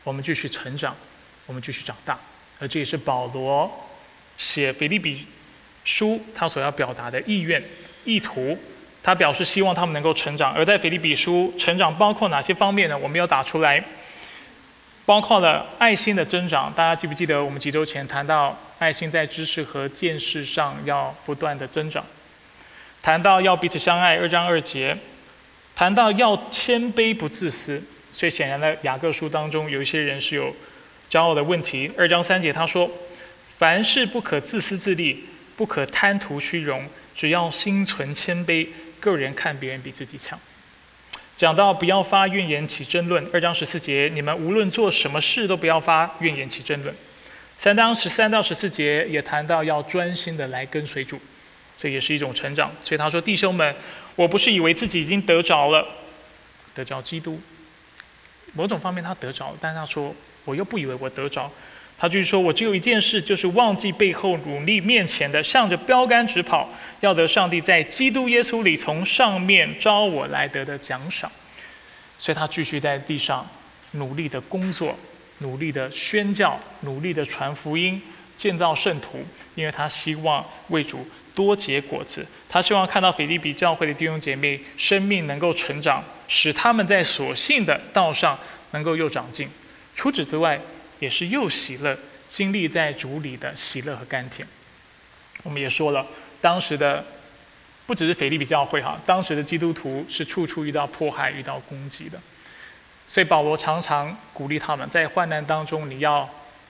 我们继续成长，我们继续长大。而这也是保罗写腓立比书他所要表达的意愿、意图。他表示希望他们能够成长。而在腓立比书，成长包括哪些方面呢？我们要打出来，包括了爱心的增长。大家记不记得我们几周前谈到爱心在知识和见识上要不断的增长，谈到要彼此相爱，2章2节，谈到要谦卑不自私。所以显然的，雅各书当中有一些人是有骄傲的问题。2章3节他说，凡事不可自私自利，不可贪图虚荣，只要心存谦卑，个人看别人比自己强。讲到不要发怨言起争论，2章14节，你们无论做什么事都不要发怨言起争论。3章13到14节也谈到要专心的来跟随主，这也是一种成长。所以他说，弟兄们，我不是以为自己已经得着了，得着基督。某种方面他得着了，但是他说我又不以为我得着。他继续说，我只有一件事，就是忘记背后，努力面前的，向着标杆直跑，要得上帝在基督耶稣里从上面招我来得的奖赏。所以他继续在地上努力的工作，努力的宣教，努力的传福音，建造圣徒，因为他希望为主多结果子。他希望看到腓立比教会的弟兄姐妹生命能够成长，使他们在所信的道上能够又长进。除此之外，也是又喜乐，经历在主里的喜乐和甘甜。我们也说了，当时的不只是腓立比教会哈，当时的基督徒是处处遇到迫害、遇到攻击的。所以保罗常常鼓励他们，在患难当中，你要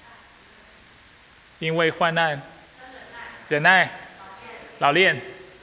因为患难忍耐、老练，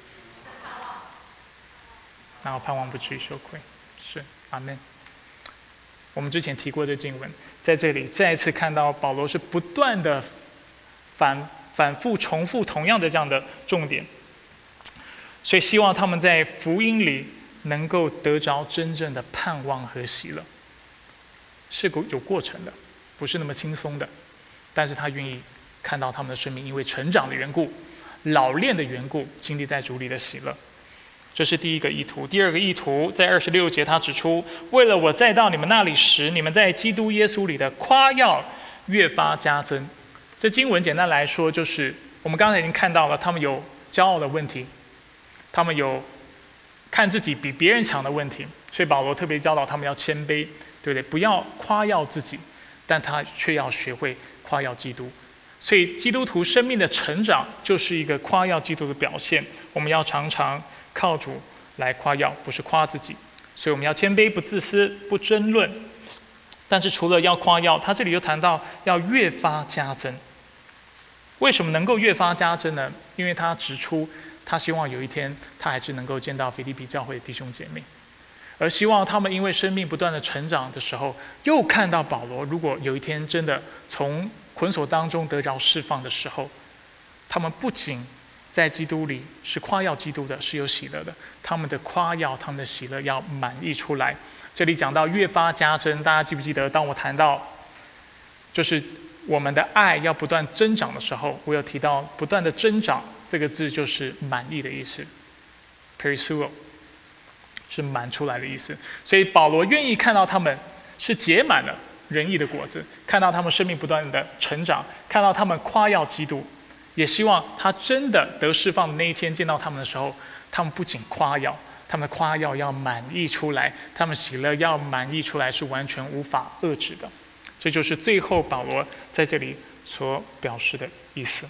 然后盼望不至于羞愧。是，阿们。我们之前提过这经文，在这里再一次看到保罗是不断的反复重复同样的这样的重点，所以希望他们在福音里能够得着真正的盼望和喜乐，是有过程的，不是那么轻松的，但是他愿意看到他们的生命因为成长的缘故、老练的缘故，经历在主里的喜乐。这是第一个意图。第二个意图，在26节他指出，为了我再到你们那里时，你们在基督耶稣里的夸耀越发加增。这经文简单来说，就是我们刚才已经看到了，他们有骄傲的问题，他们有看自己比别人强的问题，所以保罗特别教导他们要谦卑，对不对？不要夸耀自己，但他却要学会夸耀基督。所以基督徒生命的成长就是一个夸耀基督的表现。我们要常常靠主来夸耀，不是夸自己。所以我们要谦卑，不自私，不争论。但是除了要夸耀，他这里又谈到要越发加增。为什么能够越发加增呢？因为他指出，他希望有一天他还是能够见到腓立比教会的弟兄姐妹，而希望他们因为生命不断的成长的时候，又看到保罗，如果有一天真的从捆锁当中得着释放的时候，他们不仅在基督里是夸耀基督的，是有喜乐的，他们的夸耀、他们的喜乐要满溢出来。这里讲到越发加增，大家记不记得？当我谈到就是我们的爱要不断增长的时候，我有提到不断的增长这个字就是满溢的意思 ，perisuo 是满出来的意思。所以保罗愿意看到他们是结满了仁义的果子，看到他们生命不断的成长，看到他们夸耀基督，也希望他真的得释放的那一天见到他们的时候，他们不仅夸耀，他们的夸耀要满溢出来，他们喜乐要满溢出来，是完全无法遏制的。这就是最后保罗在这里所表示的意思。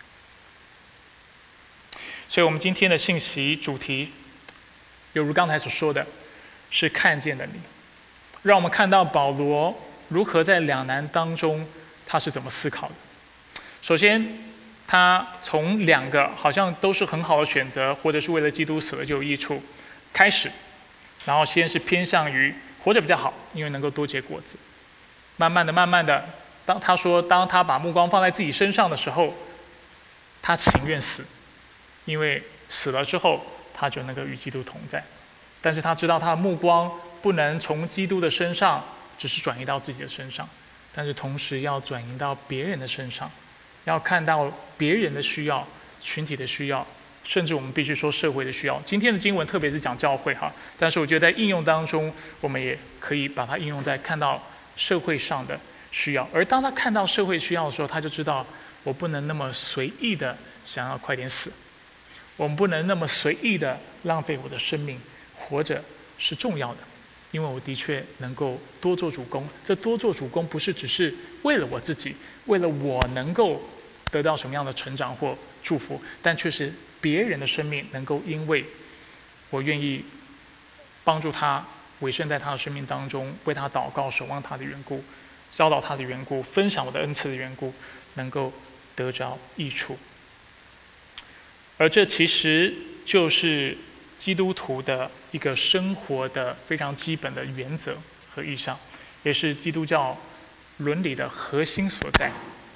所以我们今天的信息主题，犹如刚才所说的，是看见的你，让我们看到保罗如何在两难当中他是怎么思考的。首先，他从两个好像都是很好的选择，或者是为了基督死了就有益处开始，然后先是偏向于活着比较好，因为能够多结果子。慢慢的，当他把目光放在自己身上的时候，他情愿死，因为死了之后他就能够与基督同在。但是他知道他的目光不能从基督的身上只是转移到自己的身上，但是同时要转移到别人的身上，要看到别人的需要、群体的需要，甚至我们必须说社会的需要。今天的经文特别是讲教会哈，但是我觉得在应用当中，我们也可以把它应用在看到社会上的需要。而当他看到社会需要的时候，他就知道我不能那么随意的想要快点死，我们不能那么随意的浪费我的生命，活着是重要的，因为我的确能够多做主公。这多做主公不是只是为了我自己，为了我能够得到什么样的成长或祝福，但却是别人的生命能够因为我愿意帮助他，委身在他的生命当中，为他祷告，守望他的缘故，教导他的缘故，分享我的恩赐的缘故，能够得着益处。而这其实就是基督徒的一个生活的非常基本的原则和意向，也是基督教伦理的核心所在。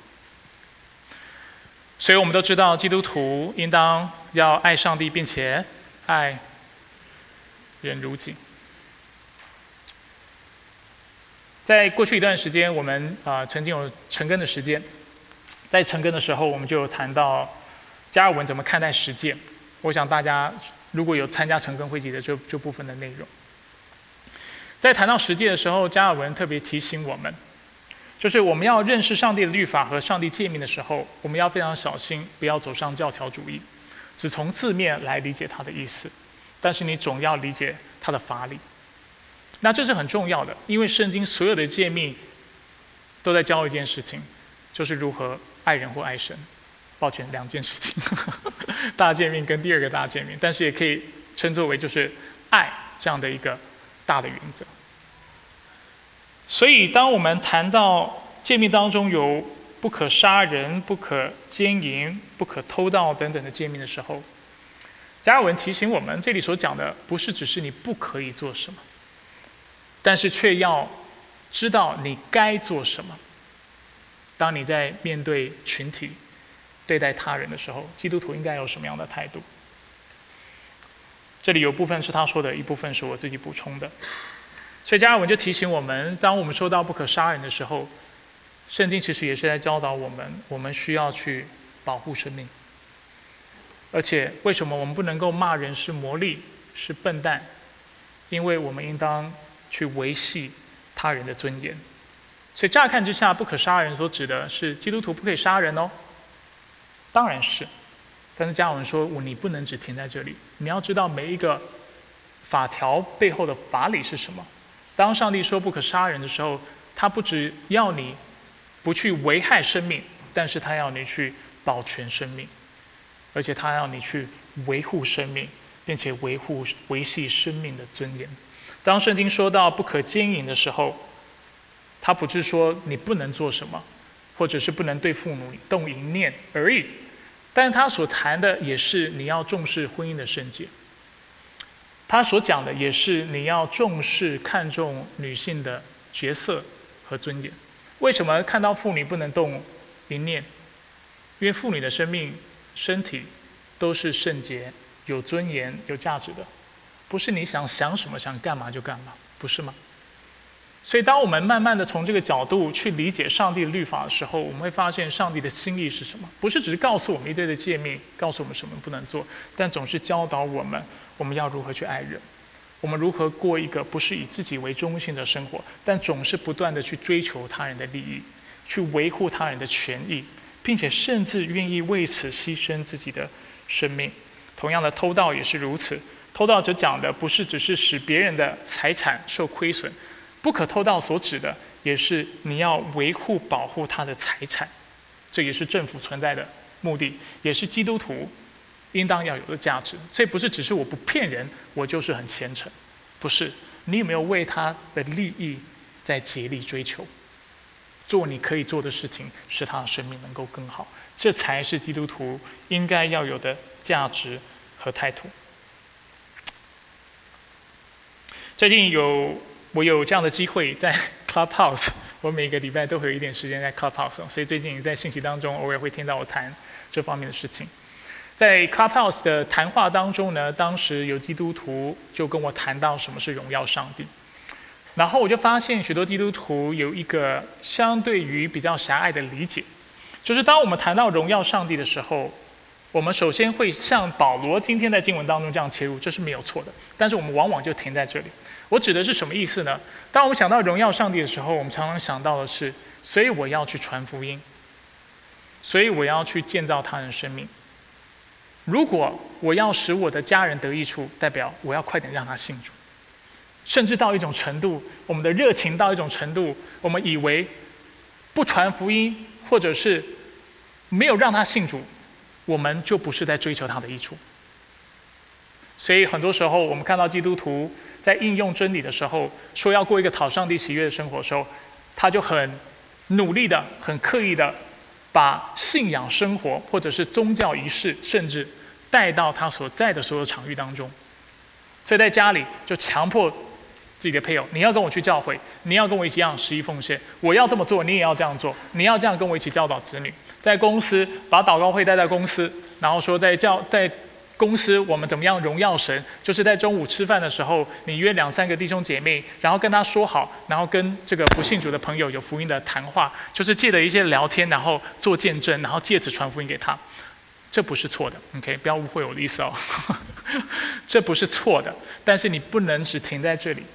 所以我们都知道，基督徒应当要爱上帝，并且爱人如己。在过去一段时间，我们曾经有晨更的时间，在晨更的时候，我们就有谈到加尔文怎么看待实践。我想大家如果有参加晨更会集的这部分的内容，在谈到实践的时候，加尔文特别提醒我们，就是我们要认识上帝的律法和上帝诫命的时候，我们要非常小心，不要走上教条主义，只从字面来理解它的意思，但是你总要理解它的法理。那这是很重要的，因为圣经所有的诫命都在教一件事情，就是如何爱人或爱神。抱歉，两件事情，大诫命跟第二个大诫命，但是也可以称作为就是爱这样的一个大的原则。所以当我们谈到诫命当中有不可杀人、不可奸淫、不可偷盗等等的诫命的时候，加尔文提醒我们，这里所讲的不是只是你不可以做什么，但是却要知道你该做什么。当你在面对群体、对待他人的时候，基督徒应该有什么样的态度？这里有部分是他说的，一部分是我自己补充的。所以加尔文就提醒我们，当我们说到不可杀人的时候，圣经其实也是在教导我们，我们需要去保护生命。而且为什么我们不能够骂人是魔力、是笨蛋？因为我们应当去维系他人的尊严。所以乍看之下，不可杀人所指的是基督徒不可以杀人哦，当然是。但是加尔文说，你不能只停在这里，你要知道每一个法条背后的法理是什么。当上帝说不可杀人的时候，他不只要你不去危害生命，但是他要你去保全生命，而且他要你去维护生命，并且维系生命的尊严。当圣经说到不可奸淫的时候，他不是说你不能做什么，或者是不能对妇女动淫念而已，但是他所谈的也是你要重视婚姻的圣洁。他所讲的也是你要重视看重女性的角色和尊严。为什么看到妇女不能动淫念？因为妇女的生命、身体都是圣洁、有尊严、有价值的，不是你想什么、想干嘛就干嘛，不是吗？所以当我们慢慢的从这个角度去理解上帝的律法的时候，我们会发现上帝的心意是什么？不是只是告诉我们一堆的诫命，告诉我们什么不能做，但总是教导我们要如何去爱人，我们如何过一个不是以自己为中心的生活，但总是不断的去追求他人的利益，去维护他人的权益，并且甚至愿意为此牺牲自己的生命。同样的，偷盗也是如此。偷盗者讲的不是只是使别人的财产受亏损，不可偷盗所指的也是你要维护保护他的财产，这也是政府存在的目的，也是基督徒应当要有的价值。所以不是只是我不骗人，我就是很虔诚，不是。你有没有为他的利益在竭力追求，做你可以做的事情，使他的生命能够更好？这才是基督徒应该要有的价值和态度。最近我有这样的机会在 Clubhouse， 我每个礼拜都会有一点时间在 Clubhouse， 所以最近在信息当中偶尔会听到我谈这方面的事情。在 Clubhouse 的谈话当中呢，当时有基督徒就跟我谈到什么是荣耀上帝，然后我就发现许多基督徒有一个相对于比较狭隘的理解，就是当我们谈到荣耀上帝的时候，我们首先会像保罗今天在经文当中这样切入，这是没有错的，但是我们往往就停在这里。 我指的是什么意思呢？当我们想到荣耀上帝的时候，我们常常想到的是，所以我要去传福音，所以我要去建造他人生命。如果我要使我的家人得益处，代表我要快点让他信主。甚至到一种程度，我们的热情到一种程度，我们以为不传福音，或者是没有让他信主，我们就不是在追求他的益处。所以很多时候，我们看到基督徒在应用真理的时候，说要过一个讨上帝喜悦的生活的时候，他就很努力的、很刻意的把信仰生活或者是宗教仪式，甚至带到他所在的所有场域当中。所以在家里就强迫自己的配偶，你要跟我去教会，你要跟我一起样十一奉献，我要这么做，你也要这样做，你要这样跟我一起教导子女。在公司把祷告会带在公司，然后说在公司我们怎么样荣耀神，就是在中午吃饭的时候，你约2-3个弟兄姐妹，然后跟他说好，然后跟这个不信主的朋友有福音的谈话，就是借着一些聊天，然后做见证，然后借此传福音给他。这不是错的 ，OK， 不要误会我的意思哦，这不是错的，但是你不能只停在这里。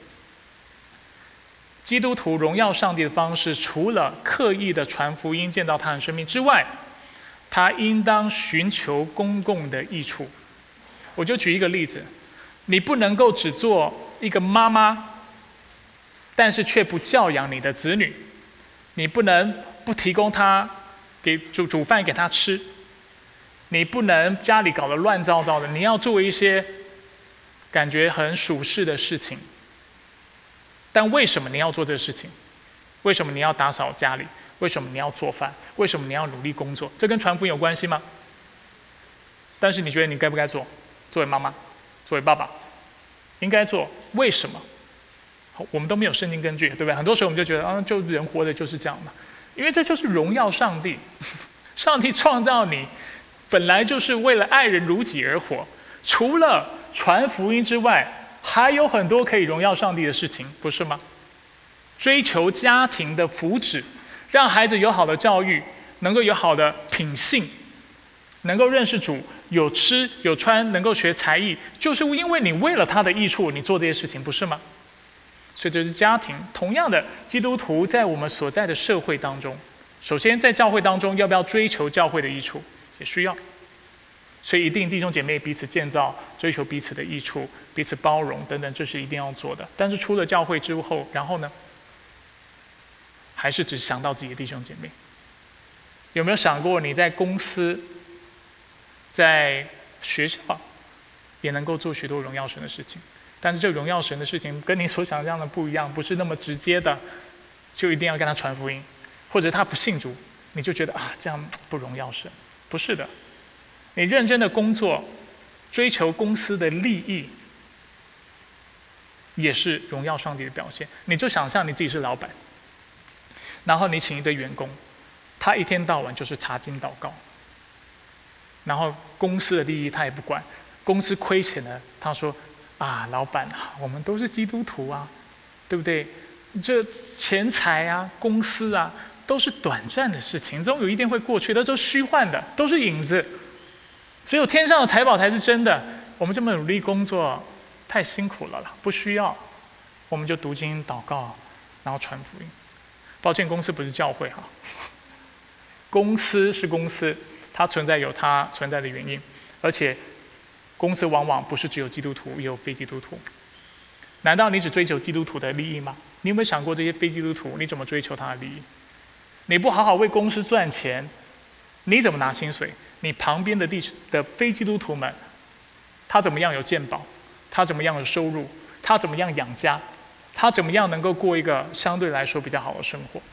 基督徒荣耀上帝的方式，除了刻意的传福音、建造他人生命之外，他应当寻求公共的益处。我就举一个例子，你不能够只做一个妈妈，但是却不教养你的子女，你不能不提供他给煮饭给他吃，你不能家里搞得乱糟糟的，你要做一些感觉很属世的事情。但为什么你要做这个事情？为什么你要打扫家里？为什么你要做饭？为什么你要努力工作？这跟传福音有关系吗？但是你觉得你该不该做？作为妈妈，作为爸爸，应该做。为什么？我们都没有圣经根据，对不对？很多时候我们就觉得就人活的就是这样嘛。因为这就是荣耀上帝。上帝创造你，本来就是为了爱人如己而活。除了传福音之外，还有很多可以荣耀上帝的事情，不是吗？追求家庭的福祉，让孩子有好的教育，能够有好的品性，能够认识主，有吃有穿，能够学才艺，就是因为你为了他的益处，你做这些事情，不是吗？所以这是家庭。同样的，基督徒在我们所在的社会当中，首先在教会当中，要不要追求教会的益处，也需要。所以一定弟兄姐妹彼此建造，追求彼此的益处，彼此包容等等，这是一定要做的。但是出了教会之后，然后呢？还是只想到自己的弟兄姐妹？有没有想过你在公司、在学校也能够做许多荣耀神的事情？但是这荣耀神的事情跟你所想象的不一样，不是那么直接的，就一定要跟他传福音，或者他不信主，你就觉得这样不荣耀神？不是的。你认真的工作，追求公司的利益，也是荣耀上帝的表现。你就想象你自己是老板，然后你请一堆员工，他一天到晚就是查经祷告，然后公司的利益他也不管，公司亏钱了，他说老板我们都是基督徒啊，对不对？这钱财啊，公司啊，都是短暂的事情，总有一天会过去的，都是虚幻的，都是影子。只有天上的财宝才是真的。我们这么努力工作，太辛苦了啦，不需要。我们就读经祷告，然后传福音。抱歉，公司不是教会哈。公司是公司，它存在有它存在的原因，而且公司往往不是只有基督徒，也有非基督徒。难道你只追求基督徒的利益吗？你有没有想过这些非基督徒你怎么追求他的利益？你不好好为公司赚钱，你怎么拿薪水？你旁边的非基督徒们，他怎么样有健保？他怎么样有收入？他怎么样养家？他怎么样能够过一个相对来说比较好的生活？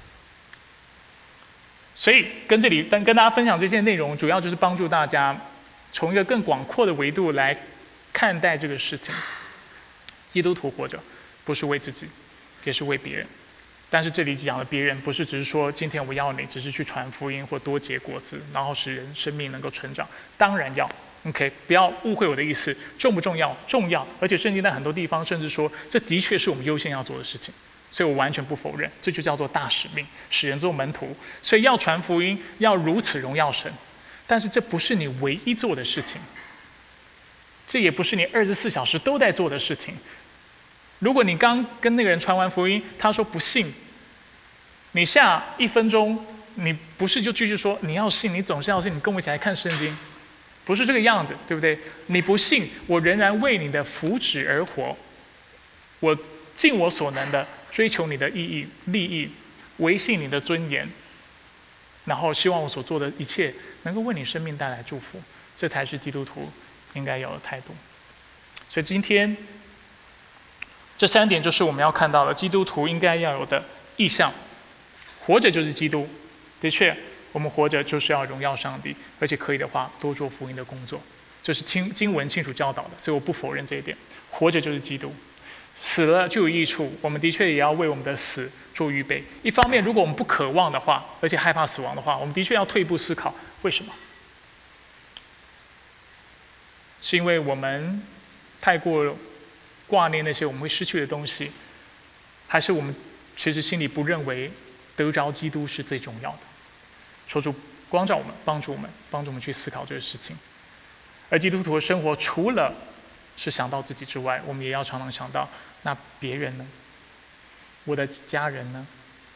所以跟大家分享这些内容，主要就是帮助大家从一个更广阔的维度来看待这个事情。基督徒活着，不是为自己，也是为别人。但是这里讲的别人，不是只是说今天我要你只是去传福音或多结果子，然后使人生命能够成长，当然要 OK， 不要误会我的意思，重不重要？重要，而且圣经在很多地方甚至说，这的确是我们优先要做的事情，所以我完全不否认，这就叫做大使命，使人做门徒。所以要传福音，要如此荣耀神，但是这不是你唯一做的事情，这也不是你24小时都在做的事情。 如果你刚跟那个人传完福音，他说不信，你下1分钟，你不是就继续说你要信，你总是要信，你跟我一起来看圣经，不是这个样子，对不对？你不信，我仍然为你的福祉而活，我尽我所能的追求你的利益，维系你的尊严，然后希望我所做的一切能够为你生命带来祝福，这才是基督徒应该有的态度。所以今天这3点就是我们要看到的基督徒应该要有的意向。活着就是基督，的确，我们活着就是要荣耀上帝，而且可以的话多做福音的工作，这是经文清楚教导的，所以我不否认这一点。活着就是基督，死了就有益处，我们的确也要为我们的死做预备。一方面，如果我们不渴望的话，而且害怕死亡的话，我们的确要退一步思考，为什么？是因为我们太过挂念那些我们会失去的东西，还是我们其实心里不认为得着基督是最重要的？求主光照我们，帮助我们去思考这个事情。而基督徒的生活，除了是想到自己之外，我们也要常常想到，那别人呢？我的家人呢？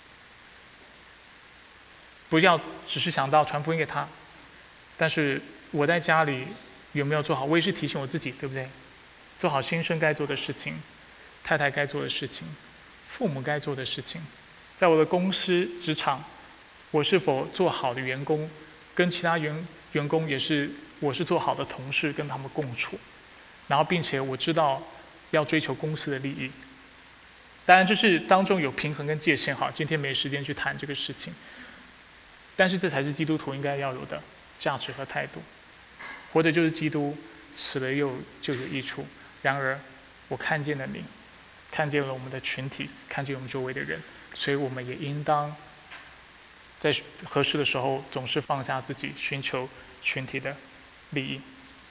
不要只是想到传福音给他，但是我在家里有没有做好？我也是提醒我自己，对不对？做好先生该做的事情，太太该做的事情，父母该做的事情。在我的公司职场，我是否做好的员工，跟其他员工也是，我是做好的同事，跟他们共处，然后并且我知道要追求公司的利益。当然，这是当中有平衡跟界限，好，今天没时间去谈这个事情。但是这才是基督徒应该要有的价值和态度。活着就是基督，死了就有益处。然而，我看见了你，看见了我们的群体，看见我们周围的人，所以我们也应当在合适的时候，总是放下自己，寻求群体的利益。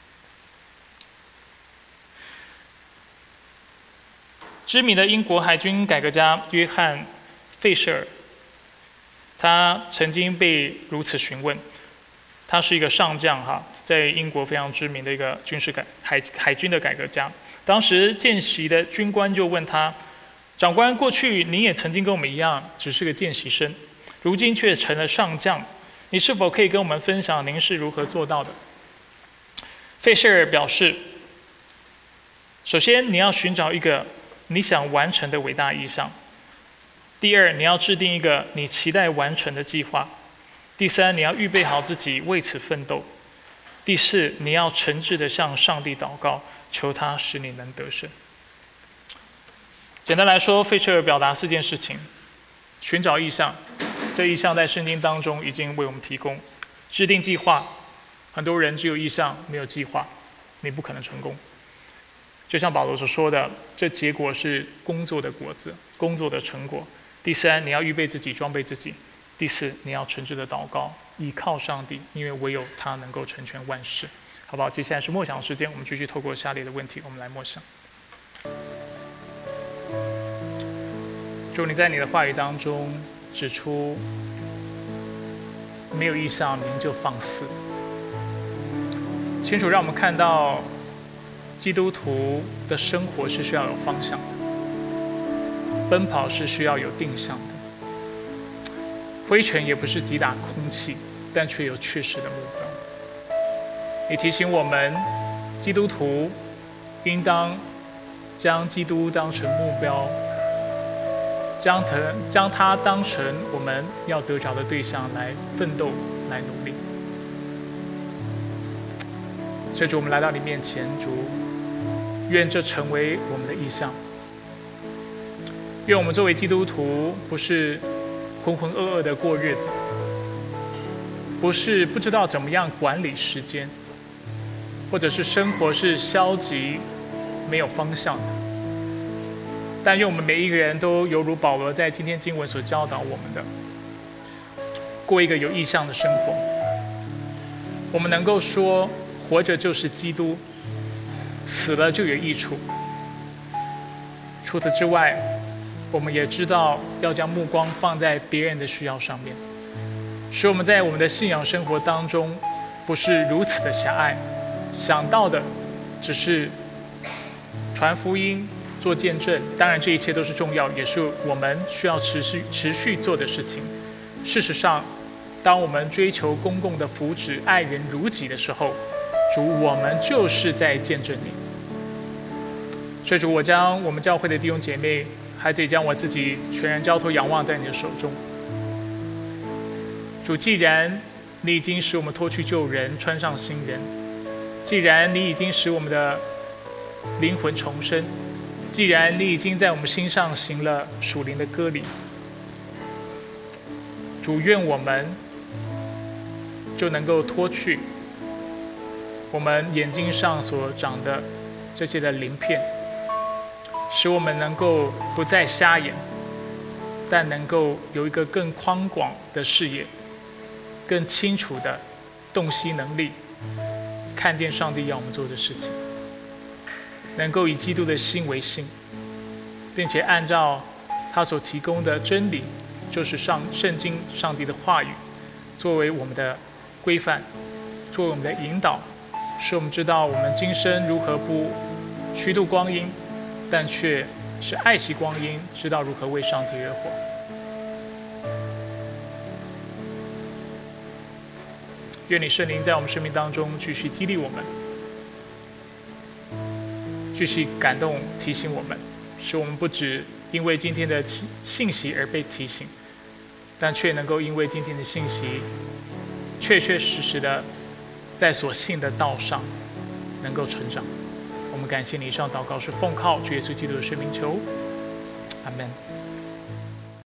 知名的英国海军改革家约翰·费舍尔，他曾经被如此询问。他是一个上将哈，在英国非常知名的一个海军的改革家。当时见习的军官就问他：“长官，过去您也曾经跟我们一样，只是个见习生，如今却成了上将，你是否可以跟我们分享您是如何做到的？”费舍尔表示：“首先，你要寻找一个你想完成的伟大意向；第二，你要制定一个你期待完成的计划；第三，你要预备好自己为此奋斗；第四，你要诚挚地向上帝祷告，求他使你能得胜。”简单来说，费舍尔表达4件事情：寻找意向，这意向在圣经当中已经为我们提供；制定计划，很多人只有意向没有计划，你不可能成功。就像保罗所说的，这结果是工作的果子，工作的成果。第三，你要预备自己，装备自己；第四，你要诚挚的祷告，依靠上帝，因为唯有他能够成全万事。好不好？接下来是默想时间，我们继续透过下列的问题，我们来默想。主，你在你的话语当中指出，没有意向，您就放肆。清楚让我们看到，基督徒的生活是需要有方向的，奔跑是需要有定向的，挥拳也不是击打空气，但却有确实的目标。你提醒我们，基督徒应当将基督当成目标，将他当成我们要得着的对象来奋斗，来努力。所以主，我们来到你面前，主，愿这成为我们的意向。愿我们作为基督徒，不是浑浑噩噩的过日子，不是不知道怎么样管理时间，或者是生活是消极、没有方向的。但愿我们每一个人都犹如保罗在今天经文所教导我们的，过一个有意向的生活。我们能够说，活着就是基督，死了就有益处。除此之外，我们也知道要将目光放在别人的需要上面，使我们在我们的信仰生活当中不是如此的狭隘，想到的只是传福音、 做见证。当然，这一切都是重要，也是我们需要持续做的事情。事实上，当我们追求公共的福祉、爱人如己的时候，主，我们就是在见证你。所以主，我将我们教会的弟兄姐妹，孩子也将我自己全然交托仰望在你的手中。主，既然你已经使我们脱去旧人，穿上新人；既然你已经使我们的灵魂重生；既然你已经在我们心上行了属灵的割礼，主，愿我们就能够脱去我们眼睛上所长的这些的鳞片，使我们能够不再瞎眼，但能够有一个更宽广的视野，更清楚的洞悉能力，看见上帝要我们做的事情，能够以基督的心为心，并且按照他所提供的真理，就是圣经上帝的话语，作为我们的规范，作为我们的引导，使我们知道我们今生如何不虚度光阴，但却是爱惜光阴，知道如何为上帝而活。愿你圣灵在我们生命当中继续激励我们，继续感动提醒我们，使我们不只因为今天的信息而被提醒，但却能够因为今天的信息确实的在所信的道上能够成长。我们感谢你，以上祷告是奉靠主耶稣基督的圣名求，阿们。